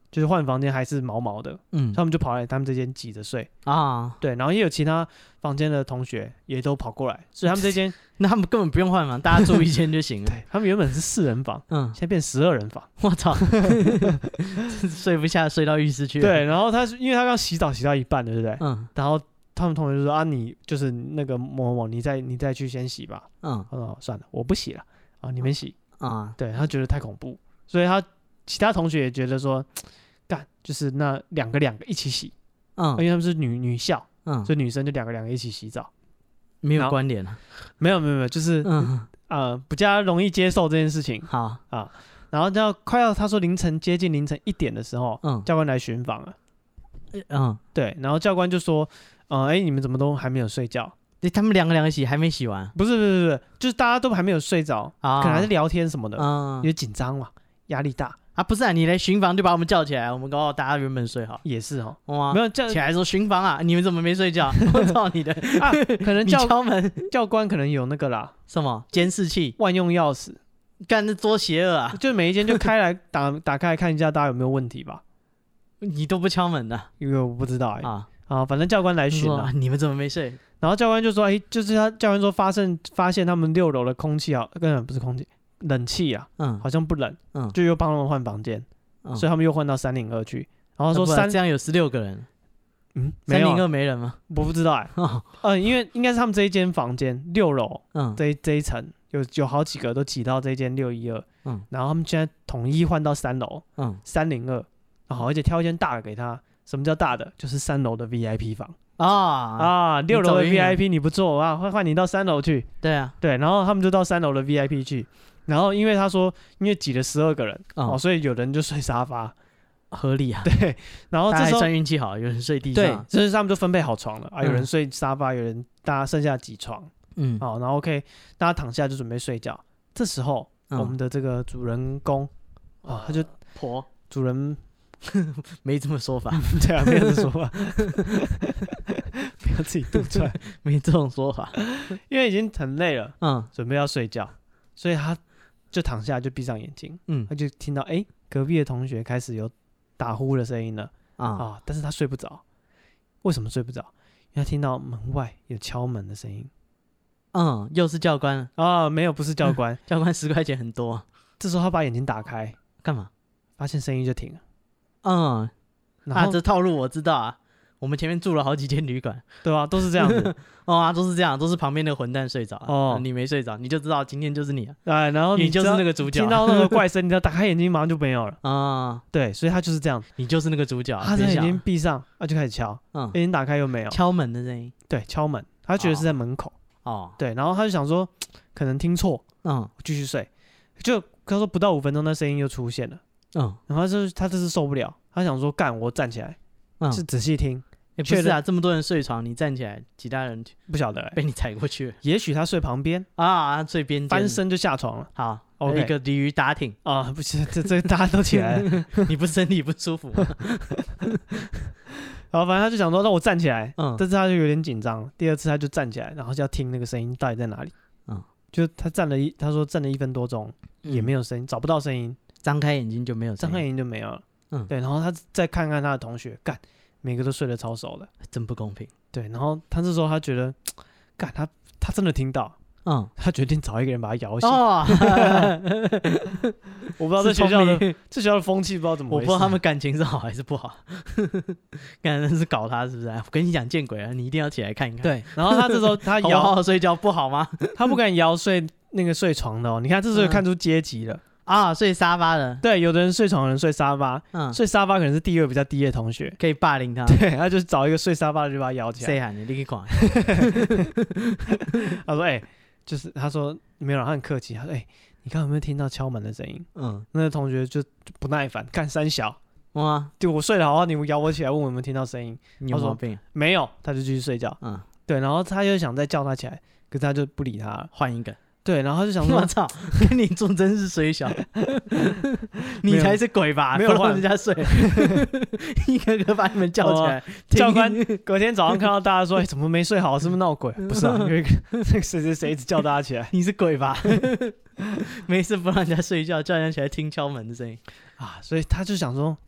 就是换房间还是毛毛的， 嗯， 他们就跑来他们这间挤着睡啊， 对，然后也有其他房间的同学也都跑过来，所以他们这间那他们根本不用换房，大家住一间就行了。 对，他们原本是四人房， 嗯， 现在变十二人房， 我操，睡不下，睡到浴室去了。 对，然后他因为他刚洗澡洗到一半，对不对？ 嗯， 然后他们同学就说啊，你就是那个某某某，你再你再去先洗吧。 嗯， 他说算了，我不洗了啊，你们洗啊。 对，他觉得太恐怖，所以他其他同学也觉得说，干就是那两个两个一起洗， 嗯， 因为他们是女女校， 嗯， 所以女生就两个两个一起洗澡， 没有关联啊。 没有没有没有，就是嗯呃比较容易接受这件事情。 好啊，然后到快要他说凌晨接近凌晨一点的时候， 嗯， 教官来巡访了， 嗯， 对，然后教官就说，呃，哎，你们怎么都还没有睡觉？ 他们两个两个洗还没洗完？ 不是不是不是，就是大家都还没有睡着， 啊， 可能还是聊天什么的， 嗯， 因为紧张嘛，压力大啊。不是啊，你来巡房就把我们叫起来，我们刚好大家原本睡好。 也是哦， 哇， 没有叫起来说巡房啊，你们怎么没睡觉？我操你的啊，可能你教敲门教官可能有那个啦， 什么监视器， 万用钥匙， 干这多邪恶啊！ 就每一间就开来打打开来看一下大家有没有问题吧， 你都不敲门的因为我不知道哎、 啊？ 啊，反正教官来巡说了， 啊你们怎么没睡？ 然后教官就说，哎，就是他教官说发现发现他们六楼的空气啊，根本不是空气，冷气啊， 嗯好像不冷， 嗯， 就又帮他们换房间， 嗯所以他们又换到三零二去，然后说啊不然三这样有十六个人， 嗯没有啊三零二没人吗？ 我不知道哎、 哦呃，因为应该是他们这一间房间六楼嗯这一这一层有有好几个都挤到这一间六一二， 嗯然后他们现在统一换到三楼嗯三零二，然后而且挑一间大的给他。什么叫大的？就是三楼的 V I P 房啊啊，六楼的你走运了 V I P 你不做啊，会换你到三楼去。 对啊， 对，然后他们就到三楼的 V I P 去，然后因为他说，因为挤了十二个人、 嗯哦，所以有人就睡沙发， 合理啊。 对，然后大家还这时候算运气好，有人睡地对上，， 就是他们就分配好床了啊，有人嗯睡沙发，有人大家剩下挤床， 嗯， 好，然后 OK，大家躺下就准备睡觉。这时候、 嗯我们的这个主人公啊，他就婆主人没这么说法， 对啊，没有这说法，不要自己杜出来， 没这种说法。 因为已经很累了， 嗯准备要睡觉，所以他就躺下就闭上眼睛， 嗯他就听到哎、诶隔壁的同学开始有打呼的声音了啊啊，但是他睡不着，为什么睡不着？因为他听到门外有敲门的声音嗯，又是教官， 啊，没有，不是教官， 教官十块钱很多， 这时候他把眼睛打开， 干嘛？ 发现声音就停了， 嗯，啊， 然后、 这套路我知道啊。我们前面住了好几间旅馆， 对吧、都是这样子， 哦啊，都是这样，都是旁边的混蛋睡着了， 哦啊你没睡着，你就知道今天就是你啊， 哎，然后你就是知道那个主角， 听到那个怪声，你只要打开眼睛马上就没有了， 啊， 对，所以他就是这样， 你就是那个主角， 他的眼别想睛闭上，他就开始敲， 嗯， 眼睛打开又没有， 敲门的声音， 对，敲门，他觉得是在门口， 哦， 对，然后他就想说可能听错， 嗯继续睡，就他说不到五分钟，那声音又出现了， 嗯然后就是他这是受不了，他想说干，我站起来， 嗯， 是仔细听， 也不是啊，这么多人睡床，你站起来，其他人不晓得、欸， 被你踩过去了也许他睡旁边， 啊，最边间翻身就下床了好 OK 一个鲤鱼打挺， 啊，不是，这这大家都起来了， 你不是身体不舒服吗？ 然后反正他就想说让我站起来， 嗯这次他就有点紧张，第二次他就站起来，然后就要听那个声音到底在哪里， 嗯， 就他站了一，他说站了一分多钟、也没有， 有声音，找不到声音， 张开眼睛就没有声音， 张开眼睛就没有了， 嗯对，然后他再看看他的同学，干，每个都睡得超熟的， 真不公平， 对，然后他这时候他觉得，干他他真的听到， 嗯， 他决定找一个人把他摇醒。 哦， 我不知道这学校的是聪明这学校的风气不知道怎么回事。 我不知道他们感情是好还是不好，感觉是搞他是不是？我跟你讲，见鬼了，你一定要起来看一看。， 对，然后他这时候他好好摇， 好睡觉不好吗？ 他不敢摇睡那个睡床的哦。你看这时候看出阶级了。 啊，睡沙发的， 对，有的人睡床，有人睡沙发， 嗯， 睡沙发可能是地位比较低的同学。 可以霸凌他。 对，他就找一个睡沙发的就把他摇起来。 谁喊你？你去管。 他说：“哎、就是他说没有，他很客气。他说：哎、你刚刚有没有听到敲门的声音？ 嗯， 那个同学就就不耐烦，干三小， 哇， 就我睡得好好，你摇我起来，问我有没有听到声音？ 你有毛病。 没有，他就继续睡觉。 嗯， 对，然后他就想再叫他起来，可是他就不理他了。 换一个。 对，然后他就想我说， 操，跟你做真是水小，你才是鬼吧？ 没有不让人家睡，一个个把你们叫起来。 教官隔天早上看到大家说，哎、怎么没睡好？是不是闹鬼？不是啊，有一个那个谁谁谁一直叫大家起来你是鬼吧？没事不让人家睡觉，叫人家起来听敲门的声音。 啊，所以他就想说，干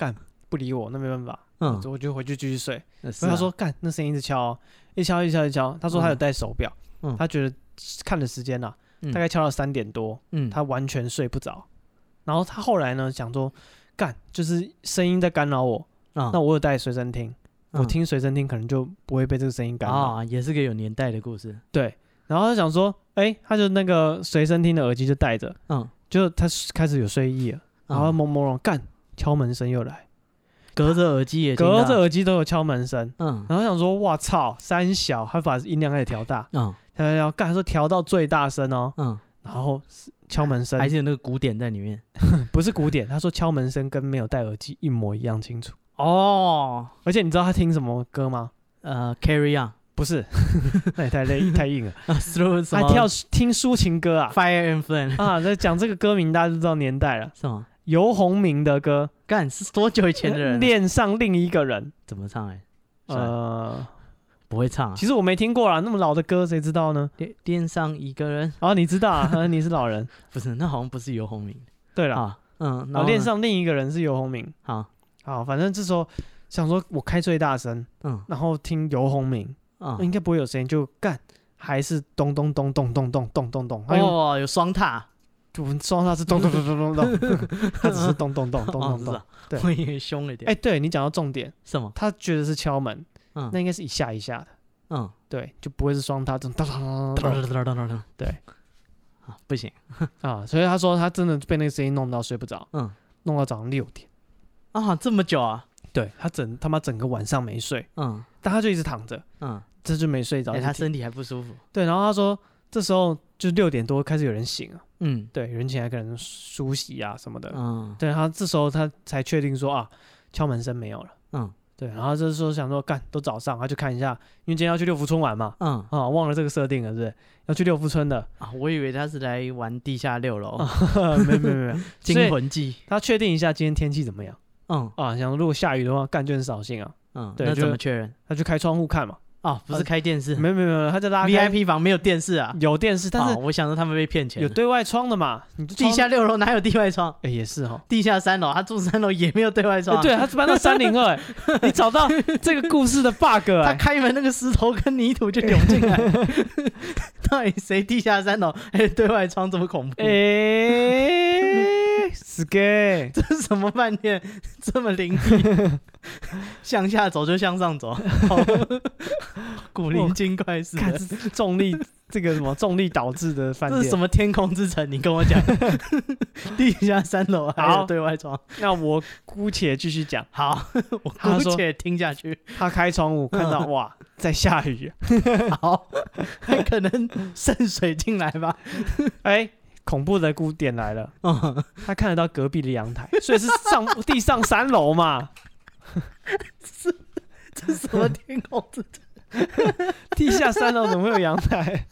不理我，那没办法， 嗯， 我就回去继续睡。 啊、 他说干，那声音一直敲、哦，一敲一敲一敲。他说他有戴手表， 嗯、 他觉得看的时间啊， 嗯、 大概敲到三点多， 嗯， 他完全睡不着。然后他后来呢想说，干就是声音在干扰我， 嗯、 那我有带随身听， 嗯、 我听随身听可能就不会被这个声音干扰啊，也是个有年代的故事。 对，然后他想说，哎、欸，他就那个随身听的耳机就戴着，嗯，就他开始有睡意了，然后朦朦胧干敲门声又来， 隔着耳机也听隔着耳机都有敲门声， 嗯， 然后想说，哇操，三小，他把音量开始调大，嗯，他要干说调到最大声哦，嗯，然后敲门声还是有那个鼓点在里面， 不是鼓点，他说敲门声跟没有戴耳机一模一样清楚哦， 而且你知道他听什么歌吗？ 呃 ，Carry On。 不是，那也太累太硬了。 还跳听抒情歌啊 ，Fire and Flame 啊，在讲这个歌名，大家就知道年代了。 是吗？ 游鸿明的歌， 干是多久以前的人？ 恋上另一个人， 怎么唱、欸？哎， 呃， 不会唱、啊。 其实我没听过啦，那么老的歌，谁知道呢？ 恋恋上一个人， 哦，你知道啊？你是老人， 不是？那好像不是游鸿明。 对了、 啊，嗯， 然后恋上另一个人是游鸿明。 好， 好，反正这时候想说，我开最大声，嗯，然后听游鸿明。嗯、应该不会有声音，就干还是咚咚咚咚咚咚咚咚咚。 哦，有双踏， 我们双踏是咚咚咚咚咚咚，他只是咚咚咚咚咚咚。对， 我以为凶了一点。 哎、欸，对你讲到重点， 什么？ 他觉得是敲门，嗯，那应该是一下一下的，嗯，对，就不会是双踏，咚咚咚咚咚咚。对， 啊，不行啊，所以他说他真的被那个声音弄到睡不着，嗯，弄到早上六点。 啊，这么久啊？ 对他整他妈整个晚上没睡，嗯，但他就一直躺着，嗯。这就没睡着、 欸，他身体还不舒服。 对，然后他说，这时候就六点多开始有人醒了，嗯，对，有人起来可能梳洗啊什么的，嗯，对，他这时候他才确定说啊，敲门声没有了，嗯，对，然后这时候想说干都早上，他就看一下，因为今天要去六福村玩嘛，嗯，啊，忘了这个设定了，是不是？要去六福村的啊，我以为他是来玩地下六楼， 没有没有没有， 惊魂记， 他确定一下今天天气怎么样，嗯，啊，想如果下雨的话，干就很扫兴啊， 嗯，对，那怎么确认？ 他去开窗户看嘛。 哦，不是开电视， 没有没有没有，他在拉 V I P 房没有电视啊， 有电视，但是、 哦、我想说他们被骗钱， 有对外窗的嘛，你地下六楼哪有对外窗？ 哎、欸，也是哈， 地下三楼，他住三楼也没有对外窗、啊欸，对，他搬到三零二，你找到这个故事的 bug，、欸、 他开门那个石头跟泥土就涌进来，到底谁地下三楼？哎、欸，对外窗这么恐怖？哎、 欸，死 gay， 这是什么饭店？这么灵异？向下走就向上走，古灵精怪似的。 重力这个什么重力导致的饭店， 这是什么天空之城？你跟我讲，地下三楼还有对外窗。 那我姑且继续讲。 好，我姑且听下去。 他开窗户看到哇，在下雨。 好，他可能渗水进来吧。 哎、欸。恐怖的姑点来了，嗯，他看得到隔壁的阳台，所以是上地上三楼嘛。 是这是什么天空之城？ 地下三楼怎么会有阳台？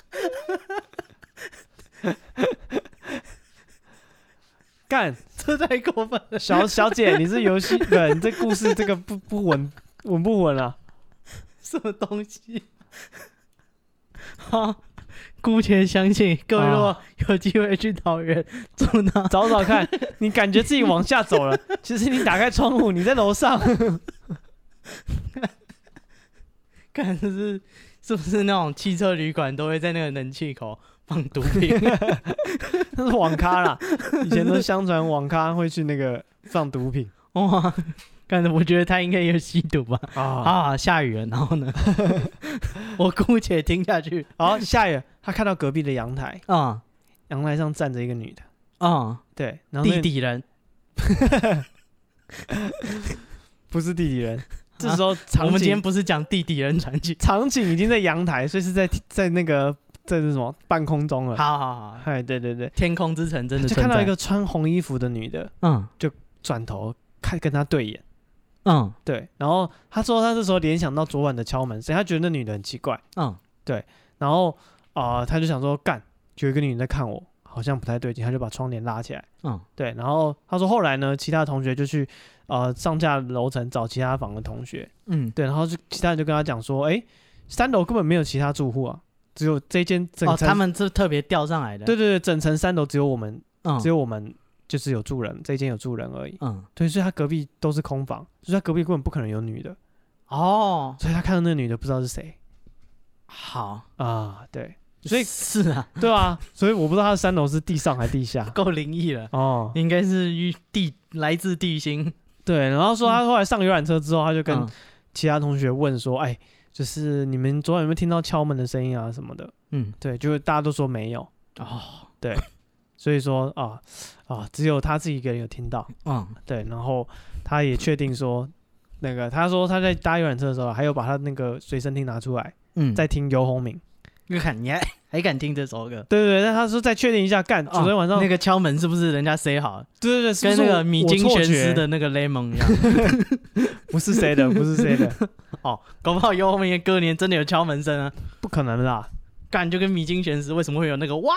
干， 这太过分了！ 小小姐，你是游戏人，这故事这个不不稳稳不稳啊？ 什么东西？好。姑且相信各位，如果有机会去桃园，住那找找看，你感觉自己往下走了，其实你打开窗户，你在楼上， 看是是不是那种汽车旅馆都会在那个冷气口放毒品？ 那是网咖啦，以前都相传网咖会去那个放毒品。 哇，干的我觉得他应该也有吸毒吧？啊, 啊，下雨了，然后呢？我姑且听下去。 好，下雨，他看到隔壁的阳台，啊、嗯，阳台上站着一个女的，啊、嗯，对，然后弟弟人， 不是弟弟人。这时候场景、 啊，我们今天不是讲弟弟人传奇， 场景已经在阳台，所以是在在那个这是什么半空中了。 好好好， 哎，对对对， 天空之城真的就看到一个穿红衣服的女的，嗯，就转头看跟他对眼。嗯，对，然后他说他这时候联想到昨晚的敲门声，他觉得那女的很奇怪，嗯，对，然后啊、呃，他就想说干，有一个女人在看我，好像不太对劲，他就把窗帘拉起来，嗯，对，然后他说后来呢，其他同学就去呃上下楼层找其他房的同学，嗯，对，然后就其他人就跟他讲说，哎，三楼根本没有其他住户啊，只有这间整层， 哦，他们是特别调上来的， 对对对，整层三楼只有我们，嗯，只有我们就是有住人，这间有住人而已。 嗯， 对，所以他隔壁都是空房，所以他隔壁根本不可能有女的。 哦， 所以他看到那个女的不知道是谁。 好啊，对，所以是啊， 对啊，所以我不知道他的三楼是地上还是地下， 够灵异了哦， 应该是地来自地心。 对，然后说他后来上游览车之后，他就跟嗯其他同学问说，哎，就是你们昨晚有没有听到敲门的声音啊什么的？嗯，对，就是大家都说没有。哦，对，所以说啊啊，只有他自己一个人有听到。嗯，对，然后他也确定说，那个他说他在搭游览车的时候，还有把他那个随身听拿出来，嗯，在听游鸿明。 你看，你还还敢听这首歌？ 对对对，但他说再确定一下，干，昨天晚上、 哦、那个敲门是不是人家 say 好？ 对对对，是不是跟那个米津玄师的那个 Lemon 一样？ 不是 say 的，不是 say 的。 哦，搞不好游鸿明的歌年真的有敲门声啊？ 不可能啦！ 干，就跟米津玄师为什么会有那个哇？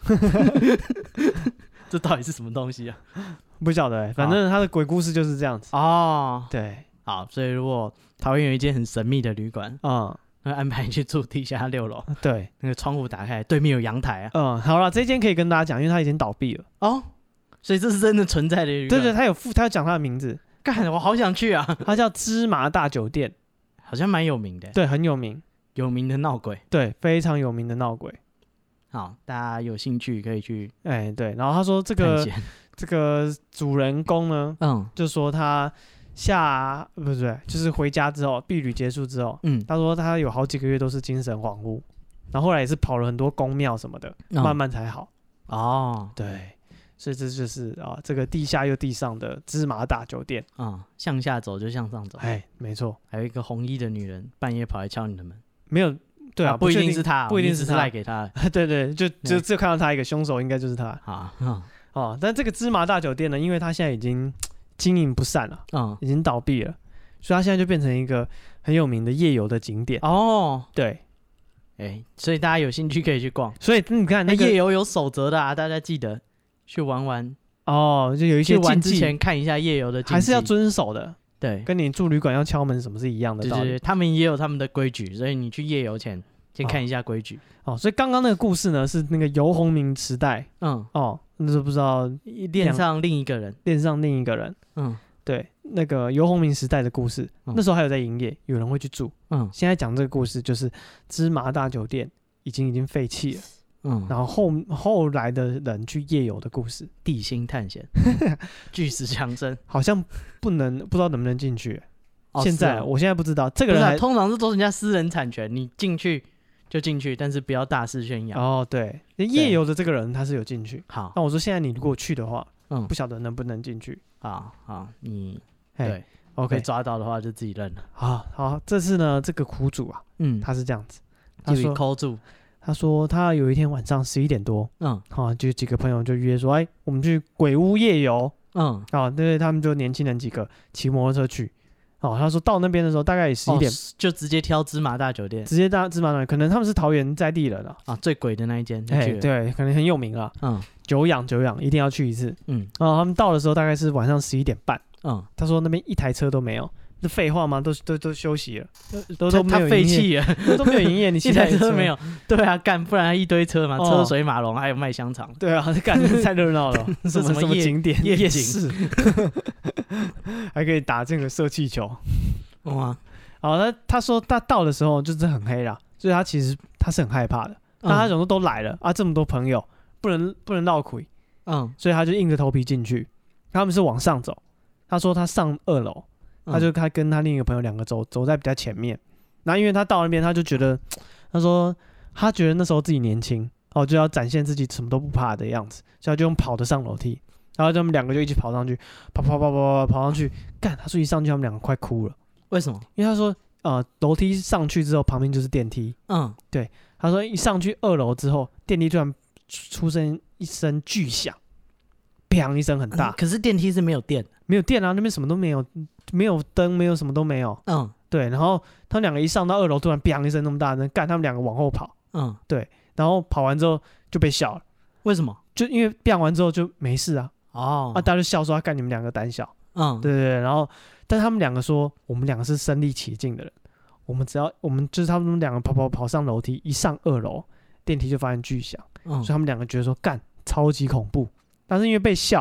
这到底是什么东西啊？ 不晓得、欸，反正他的鬼故事就是这样子。 哦， 对， 好，所以如果桃园有一间很神秘的旅馆，嗯。会安排你去住地下六楼， 对， 那个窗户打开，对面有阳台啊。 嗯，好了，这间可以跟大家讲，因为它已经倒闭了哦，所以这是真的存在的旅馆。 对对，他有附，他有讲他的名字， 干，我好想去啊！ 它叫芝麻大酒店， 好像蛮有名的。 对，很有名， 有名的闹鬼， 对，非常有名的闹鬼。 好，大家有兴趣可以去。 哎，对，然后他说这个这个主人公呢，嗯，就说他。下不是对，就是回家之后，避旅结束之后，嗯，他说他有好几个月都是精神恍惚，然后后来也是跑了很多宫庙什么的，嗯、慢慢才好。哦，对，所以这就是啊，这个地下又地上的芝麻大酒店啊、嗯，向下走就向上走。 哎，没错， 还有一个红衣的女人半夜跑来敲你的门， 没有，对啊， 啊不一定是他， 不一定是他赖给他。 对对，就就只有看到他一个凶手，应该就是他。 啊，嗯、 哦，但这个芝麻大酒店呢，因为他现在已经经营不善了，嗯，已经倒闭了。所以它现在就变成一个很有名的夜游的景点哦。对， 哎、欸，所以大家有兴趣可以去逛。 所以你看、那個， 那夜游有守则的啊，大家记得去玩玩哦。就有一些禁忌， 去玩之前看一下夜游的禁忌， 还是要遵守的。 对， 跟你住旅馆要敲门什么是一样的道理。 对对对，他们也有他们的规矩，所以你去夜游前先看一下规矩。 哦，哦所以刚刚那个故事呢，是那个游鸿明时代。嗯，哦，那时候不知道恋上另一个人， 恋上另一个人。嗯。对，那个游鸿明时代的故事、嗯，那时候还有在营业，有人会去住。嗯，现在讲这个故事就是芝麻大酒店已经已经废弃了。嗯，然后后后来的人去夜游的故事， 地心探险，巨石强森， 好像不能不知道能不能进去。 哦、 现在、啊、我现在不知道，这个人还、 啊、通常是都是人家私人产权，你进去就进去，但是不要大肆宣扬。 哦，对，夜游的这个人他是有进去。 好， 那我说现在你如果去的话，嗯，不晓得能不能进去。 好好，你对 ，OK， 被抓到的话就自己认了。 好好，这次呢，这个苦主啊，嗯，他是这样子， 他说 call 住， 他说他有一天晚上十一点多，嗯，好、哦，就几个朋友就约说，哎，我们去鬼屋夜游，嗯，啊，对，他们就年轻人几个骑摩托车去，哦，他说到那边的时候大概也十一点、哦， 就直接挑芝麻大酒店， 直接到芝麻大酒店，可能他们是桃园在地人啊， 啊，最鬼的那一间， 哎，对，可能很有名啊，嗯。久仰久仰，一定要去一次。嗯，然后他们到的时候大概是晚上十一点半。嗯，他说那边一台车都没有，这废话吗？都都都休息了，都都没有废弃了， 都没有营业，你一台车没有？对啊，干，不然一堆车嘛，哦、车水马龙，还有卖香肠。 对啊，干太热闹了， 是什么什么景点？ 夜夜市，还可以打这个射气球。哇，好，他他说他到的时候就是很黑啦，所以他其实他是很害怕的。但他想说都来了啊，这么多朋友。不能不能闹鬼，嗯，所以他就硬着头皮进去。他们是往上走，他说他上二楼，他就他跟他另一个朋友两个走走在比较前面。然后因为他到那边，他就觉得，他说他觉得那时候自己年轻，哦，就要展现自己什么都不怕的样子，所以他就用跑的上楼梯。然后他们两个就一起跑上去，跑跑跑跑跑跑上去。干，他说一上去他们两个快哭了。 为什么？ 因为他说，呃，楼梯上去之后旁边就是电梯。嗯，对，他说一上去二楼之后，电梯突然出声一声巨响，砰一声很大、 嗯。可是电梯是没有电的， 没有电啊，那边什么都没有，没有灯，没有什么都没有。嗯，对。然后他们两个一上到二楼，突然砰一声那么大声，干他们两个往后跑。嗯，对。然后跑完之后就被笑了。 为什么？ 就因为砰完之后就没事啊。 哦。 啊，大家就笑说他干你们两个胆小。嗯，对对对。然后，但他们两个说我们两个是身临其境的人，我们只要我们就是他们两个跑跑跑上楼梯，一上二楼。电梯就发现巨响、嗯，所以他们两个觉得说干超级恐怖，但是因为被笑了，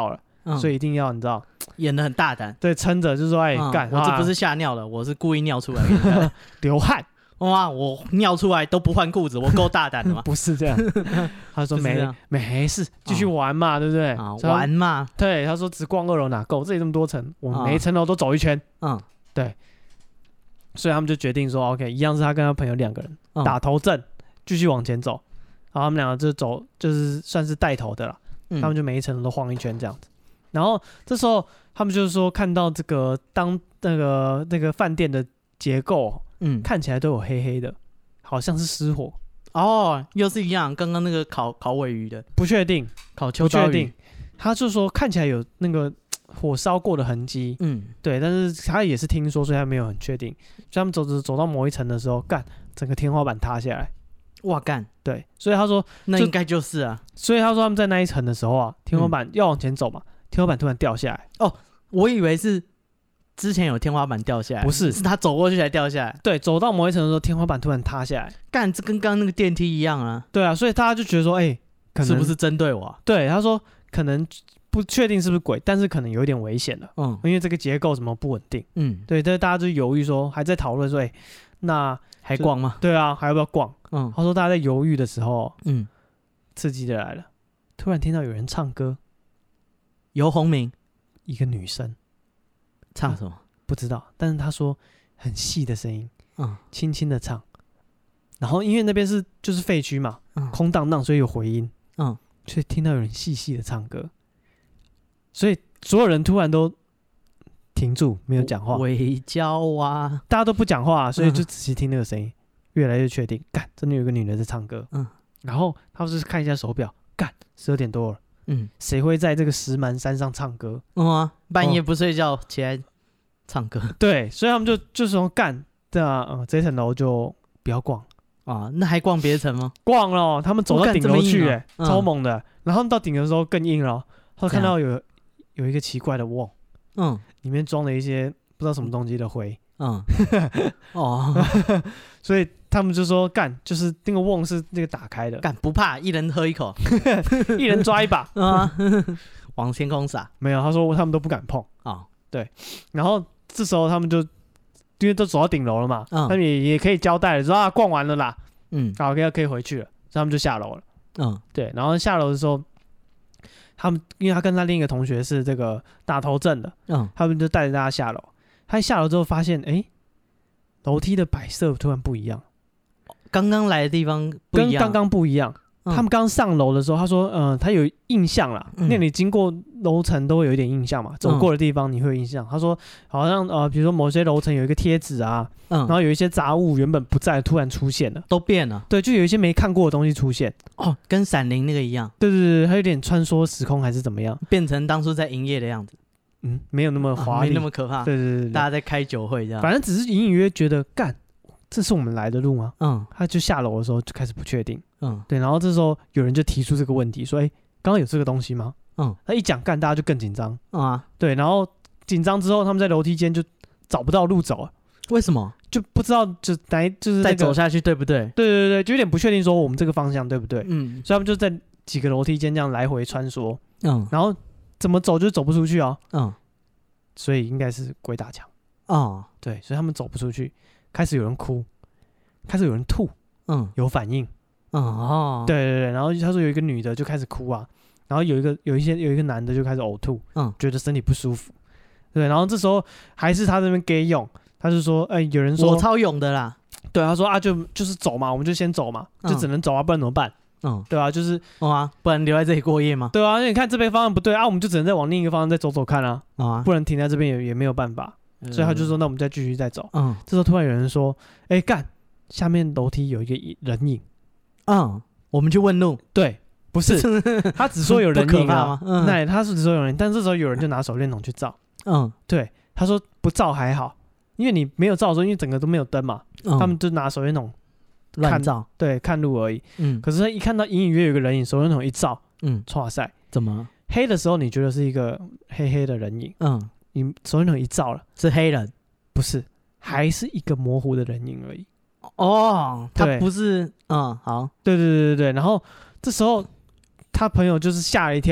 嗯、所以一定要你知道演得很大胆， 对，撑着就是说哎干、 嗯，我这不是吓尿的，我是故意尿出来的流汗。 哇，我尿出来都不换裤子，我够大胆的吗？ 不是这样，他说没没事，继续玩嘛，哦、对不对？ 啊，玩嘛。 对，他说只逛二楼哪够？这里这么多层，我们每一层楼都走一圈。嗯，对。所以他们就决定说 ，OK， 一样是他跟他朋友两个人、嗯、打头阵，继续往前走。然后他们两个就走，就是算是带头的了。嗯、他们就每一层楼都晃一圈这样子。然后这时候他们就是说看到这个当那个那个饭店的结构。嗯，看起来都有黑黑的，好像是失火哦，又是一样，刚刚那个烤烤鮪鱼的， 不确定， 烤秋刀鱼， 不确定。他就说看起来有那个火烧过的痕迹，嗯，对，但是他也是听说，所以他没有很确定。所以他们走着走到某一层的时候，干，整个天花板塌下来， 哇干， 对，所以他说那应该就是啊， 所以他说他们在那一层的时候啊，天花板要往前走嘛，天花板突然掉下来， 哦，我以为是。之前有天花板掉下来， 不是， 是他走过去才掉下来。 对，走到某一层的时候，天花板突然塌下来。 干，这跟刚刚那个电梯一样啊。 对啊，所以大家就觉得说，哎、欸，可能是不是针对我、啊？ 对，他说可能不确定是不是鬼，但是可能有一点危险了。嗯，因为这个结构什么不稳定。嗯，对，但是大家就犹豫说，还在讨论说，哎、欸，那还逛吗？ 对啊，还要不要逛？嗯，他说大家在犹豫的时候，嗯，刺激的来了，突然听到有人唱歌， 游鸿明， 一个女生唱什么？ 不知道，但是他说很细的声音，嗯，轻轻的唱，然后因为那边是就是废墟嘛，嗯、空荡荡，所以有回音，嗯，所以听到有人细细的唱歌，所以所有人突然都停住，没有讲话， 微焦啊， 大家都不讲话，所以就仔细听那个声音，嗯、越来越确定，干，真的有一个女的在唱歌，嗯，然后他们就是看一下手表，干，十二点多了，嗯，谁会在这个石门山上唱歌？ 嗯啊，半夜不睡觉起来。唱歌对，所以他们就就说干的啊、呃，这层楼就不要逛啊，那还逛别层吗？ 逛了，他们走到顶楼去、欸，哎、啊嗯，超猛的。然后到顶的时候更硬了，他看到有有一个奇怪的瓮，嗯，里面装了一些不知道什么东西的灰，嗯，哦，所以他们就说干，就是那个瓮是那个打开的， 干不怕，一人喝一口， 一人抓一把， 啊，往天空撒， 没有，他说他们都不敢碰啊、哦，对，然后。这时候他们就因为都走到顶楼了嘛，嗯、他们 也, 也可以交代了，说啊逛完了啦，嗯，好，可以可以回去了，所以他们就下楼了，嗯，对，然后下楼的时候，他们因为他跟他另一个同学是这个打头阵的，嗯，他们就带着大家下楼，他一下楼之后发现，哎，楼梯的摆设突然不一样， 刚刚来的地方不一样， 跟刚刚不一样。他们刚上楼的时候，他说：“嗯、呃，他有印象啦，嗯、那你经过楼层都会有一点印象嘛，走过的地方你会有印象。嗯”他说：“好像呃，比如说某些楼层有一个贴紙啊，嗯、然後有一些雜物原本不在，突然出現了， 都變了。 對，就有一些沒看過的東西出現。 哦，跟閃靈那個一樣。 對對對，它有點穿梭時空還是怎麼樣， 變成當初在營業的樣子。 嗯，沒有那麼華麗、啊， 沒那麼可怕。 對對 對, 對， 大家在開酒會這樣。 反正只是隱隱約覺得幹。”這是我們來的路嗎？嗯，他就下樓的時候就開始不確定。嗯，對，然後這時候有人就提出這個問題，說：“哎，剛剛有這個東西嗎？”嗯，他一講幹，大家就更緊張。嗯啊，對，然後緊張之後，他們在樓梯間就找不到路走了。 為什麼？ 就不知道就來就是、那個、 再走下去對不對？ 對對對，就有點不確定說我們這個方向對不對？嗯，所以他們就在幾個樓梯間這樣來回穿梭。嗯，然後怎麼走就走不出去哦。嗯，所以應該是鬼打牆。哦，對，所以他們走不出去，開始有人哭。開始有人吐，嗯，有反應，嗯哦，對對對，然後他說有一個女的就開始哭啊，然後有一個有一些有一個男的就開始嘔吐，嗯，覺得身體不舒服，對，然後這時候還是他這邊給勇，他就說，哎，有人說我超勇的啦， 對，他說啊就就是走嘛，我們就先走嘛，就只能走啊，不然怎麼辦？嗯，對啊，就是哦啊，不然留在這裡過夜嗎？ 對啊，因為你看這邊方向不對啊，我們就只能再往另一個方向再走走看啊，啊，不然停在這邊也也沒有辦法，所以他就說那我們再繼續再走，嗯，這時候突然有人說，哎幹。下面樓梯有一個人影， 嗯，我們去問路， 對，不是，他只說有人影啊，嗯，那他是只說有人，但這時候有人就拿手電筒去照，嗯，對，他說不照還好，因為你沒有照的時候，因為整個都沒有燈嘛，嗯、他們就拿手電筒亂照， 對，看路而已，嗯，可是他一看到隱隱約有一個人影，手電筒一照，嗯，唰塞， 怎麼？ 黑的時候你覺得是一個黑黑的人影，嗯，你手電筒一照了， 是黑人， 不是，還是一個模糊的人影而已。 哦，他不是，嗯，好， 對對對對對，然後這時候他朋友就是嚇了一跳啊，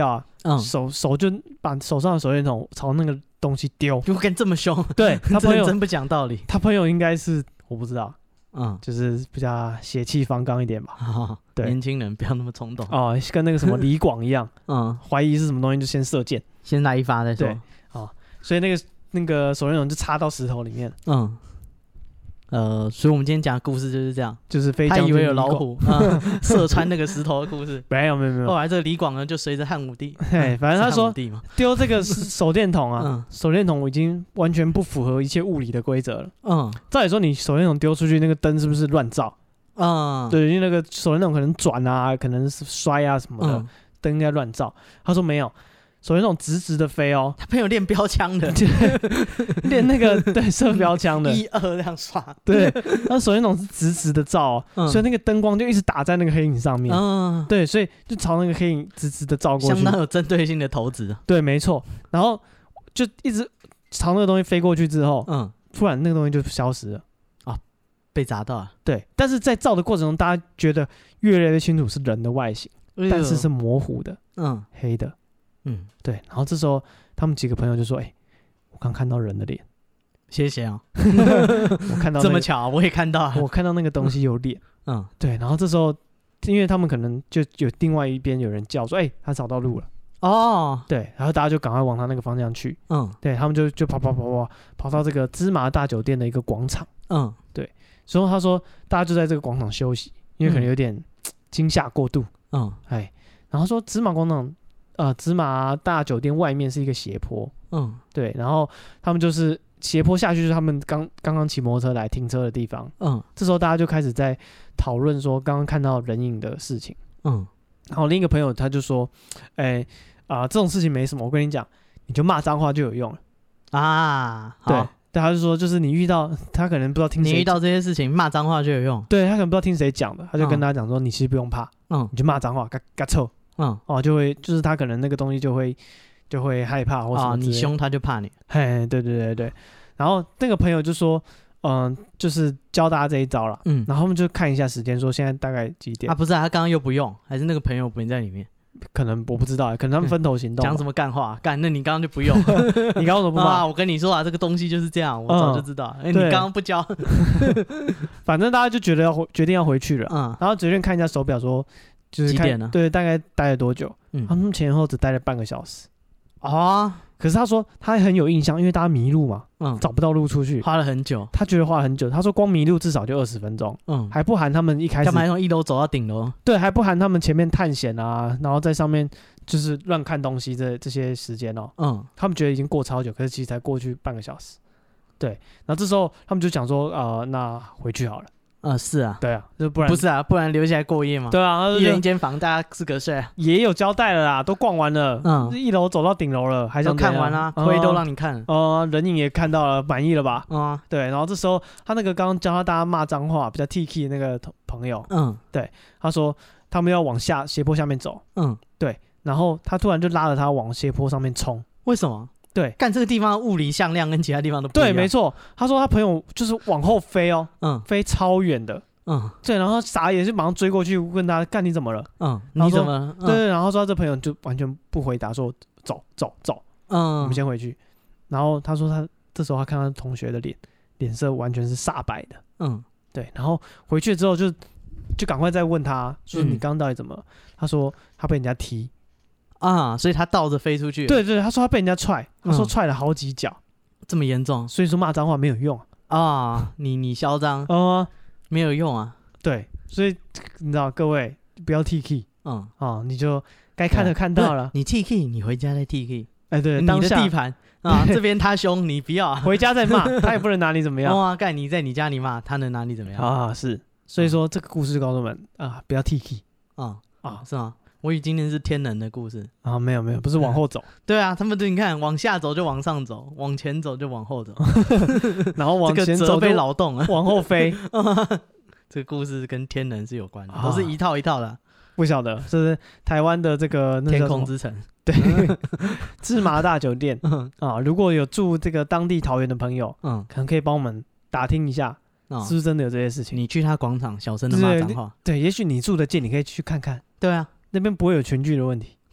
嗯、手手就把手上的手电筒朝那个东西丢， 就跟这么凶， 对他朋友真不讲道理， 他朋友应该是我不知道， 嗯， 就是比较血气方刚一点吧， 哦、 对， 年轻人不要那么冲动哦，跟那个什么李广一样， 嗯， 怀疑是什么东西就先射箭， 先来一发再说， 对，哦，所以那个那个手电筒就插到石头里面， 嗯。呃，所以我们今天讲的故事就是这样， 就是飞他以为有老虎啊、嗯、射穿那个石头的故事， 没有没有没有。 后来这个李广呢就随着汉武帝， 嘿，反正他说丢这个手电筒啊，嗯、手电筒已经完全不符合一切物理的规则了。嗯，照理说你手电筒丢出去，那个灯是不是乱照？嗯，对，因为那个手电筒可能转啊，可能是摔啊什么的，灯、嗯、应该乱照。他说没有。手电筒直直的飞哦， 他朋友练标枪的， 练那个对射标枪的， 一二这样刷， 对，那手电筒是直直的照、哦嗯，所以那个灯光就一直打在那个黑影上面，嗯，对，所以就朝那个黑影直直的照过去， 相当有针对性的投掷， 对，没错，然后就一直朝那个东西飞过去之后，嗯，突然那个东西就消失了， 啊，被砸到了， 对，但是在照的过程中，大家觉得越来越清楚是人的外形，哎、但是是模糊的，嗯，黑的。嗯，对，然后这时候他们几个朋友就说：“哎、欸，我刚看到人的脸， 谢谢啊， 我看到、那個、 这么巧，我也看到， 我看到那个东西有脸，嗯，对，然后这时候因为他们可能就有另外一边有人叫说：‘哎、欸，他找到路了。’哦，对，然后大家就赶快往他那个方向去，嗯，对他们就就跑跑跑跑跑到这个芝麻大酒店的一个广场，嗯，对，所以他说大家就在这个广场休息，因为可能有点惊吓过度，嗯，哎，然后说芝麻广场。”呃，芝麻大酒店外面是一个斜坡，嗯，对，然后他们就是斜坡下去，就是他们刚刚刚骑摩托车来停车的地方，嗯，这时候大家就开始在讨论说刚刚看到人影的事情，嗯，然后另一个朋友他就说，哎啊、呃，这种事情没什么，我跟你讲，你就骂脏话就有用了啊，对，对，他就说就是你遇到他可能不知道听谁， 你遇到这些事情骂脏话就有用， 对他可能不知道听谁讲的，他就跟他讲说、嗯、你其实不用怕，嗯，你就骂脏话，嘎嘎臭。嗯哦，就会就是他可能那个东西就会就会害怕或什么、哦、 你凶他就怕你， 嘿，对对对对。然后那个朋友就说，嗯、呃，就是教大家这一招了，嗯，然后他们就看一下时间，说现在大概几点啊？不是、啊，他刚刚又不用，还是那个朋友不在里面？ 可能我不知道，可能他们分头行动。 讲什么干话？干，那你刚刚就不用， 你刚刚怎么不骂、 啊？我跟你说啊，这个东西就是这样，我早就知道。哎、嗯欸，你刚刚不教， 反正大家就觉得要决定要回去了，嗯，然后随便看一下手表说。就是几点呢？ 对，大概待了多久？嗯，他们前后只待了半个小时啊。可是他说他很有印象，因为大家迷路嘛，嗯，找不到路出去， 花了很久。 他觉得花了很久。他说光迷路至少就二十分钟，嗯，还不含他们一开始干嘛从一楼走到顶楼？ 对，还不含他们前面探险啊，然后在上面就是乱看东西这这些时间哦，嗯，他们觉得已经过超久，可是其实才过去半个小时。对，然后这时候他们就讲说，呃，那回去好了。 呃，是啊， 对啊，就不然不是啊，不然留下来过夜嘛。 对啊， 一人一间房，大家自个睡、啊。 也有交代了啦，都逛完了，嗯，一楼走到顶楼了，还想都看完啦、啊，推、嗯、都让你看。 哦、呃，人影也看到了，满意了吧？嗯，对。然后这时候他那个刚刚教他大家骂脏话，比较 T K 那个朋友，嗯，对，他说他们要往下斜坡下面走，嗯，对。然后他突然就拉着他往斜坡上面冲， 为什么？ 对， 干这个地方物理向量跟其他地方都不一样。 对，没错。他说他朋友就是往后飞哦，嗯，飞超远的。嗯，对，然后傻眼就马上追过去问他，干你怎么了？嗯， 你怎么了？ 嗯、对，然后说他这朋友就完全不回答，说走走走，嗯，我们先回去。然后他说他这时候他看到同学的脸，脸色完全是煞白的，嗯，对。然后回去之后就就赶快再问他，说你刚刚到底怎么了？嗯、他说他被人家踢啊，所以他倒着飞出去。 对对，他说他被人家踹，他说踹了好几脚， 嗯、这么严重， 所以说骂脏话没有用啊，你你嚣张， 哦、嗯。 没有用啊， 对，所以你知道各位不要 T K， 嗯，哦，你就该看的看到了， 你 T K， 你回家再 T K， 哎，对， 你的地盘啊，这边他凶，你不要， 回家再骂，他也不能拿你怎么样， 哇，干你在你家里骂，他能拿你怎么样啊？是，所以说这个故事告诉我们啊，不要 T K， 啊啊，是吗？我以为今天是天能的故事啊，没有没有，不是往后走， 对啊，他们都你看，往下走就往上走，往前走就往后走， 然后往前走被劳动啊， 往后飞。 这个故事跟天能是有关的，都是一套一套的、啊。 不晓得，这是台湾的这个那天空之城， 对，芝麻大酒店啊。如果有住这个当地桃园的朋友，嗯，可能可以帮我们打听一下，嗯、是不是真的有这些事情？ 你去他广场小声的骂脏话， 对，也许你住得近，你可以去看看。 对啊， 那边不会有群聚的问题。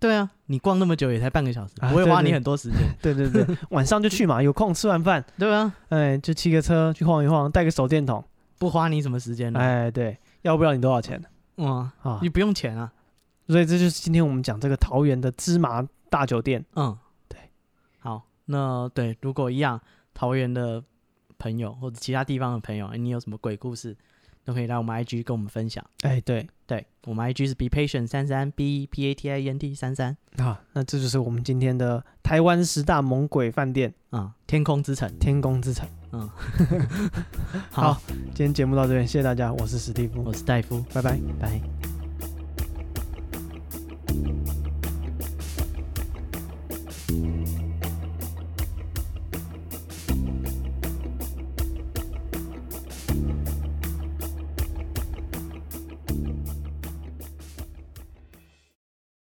对啊，你逛那么久也才半个小时，不会花你很多时间。 啊、对, 对对对，晚上就去嘛，有空吃完饭， 对啊， 哎，就骑个车去晃一晃，带个手电筒， 不花你什么时间。 哎，对，要不了你多少钱？ 嗯啊，你不用钱啊。 所以这就是今天我们讲这个桃园的芝麻大酒店。 嗯，对。好，那对，如果一样桃园的朋友或者其他地方的朋友，你有什么鬼故事，都可以来我们 I G 跟我们分享。 哎，对对，我们 I G 是 be patient 三三 b p a t i e n t 三三。 啊，那这就是我们今天的台湾十大猛鬼饭店啊、嗯，天空之城， 天空之城。嗯， 好， 今天节目到这边，谢谢大家，我是史蒂夫， 我是戴夫， 拜拜， 拜。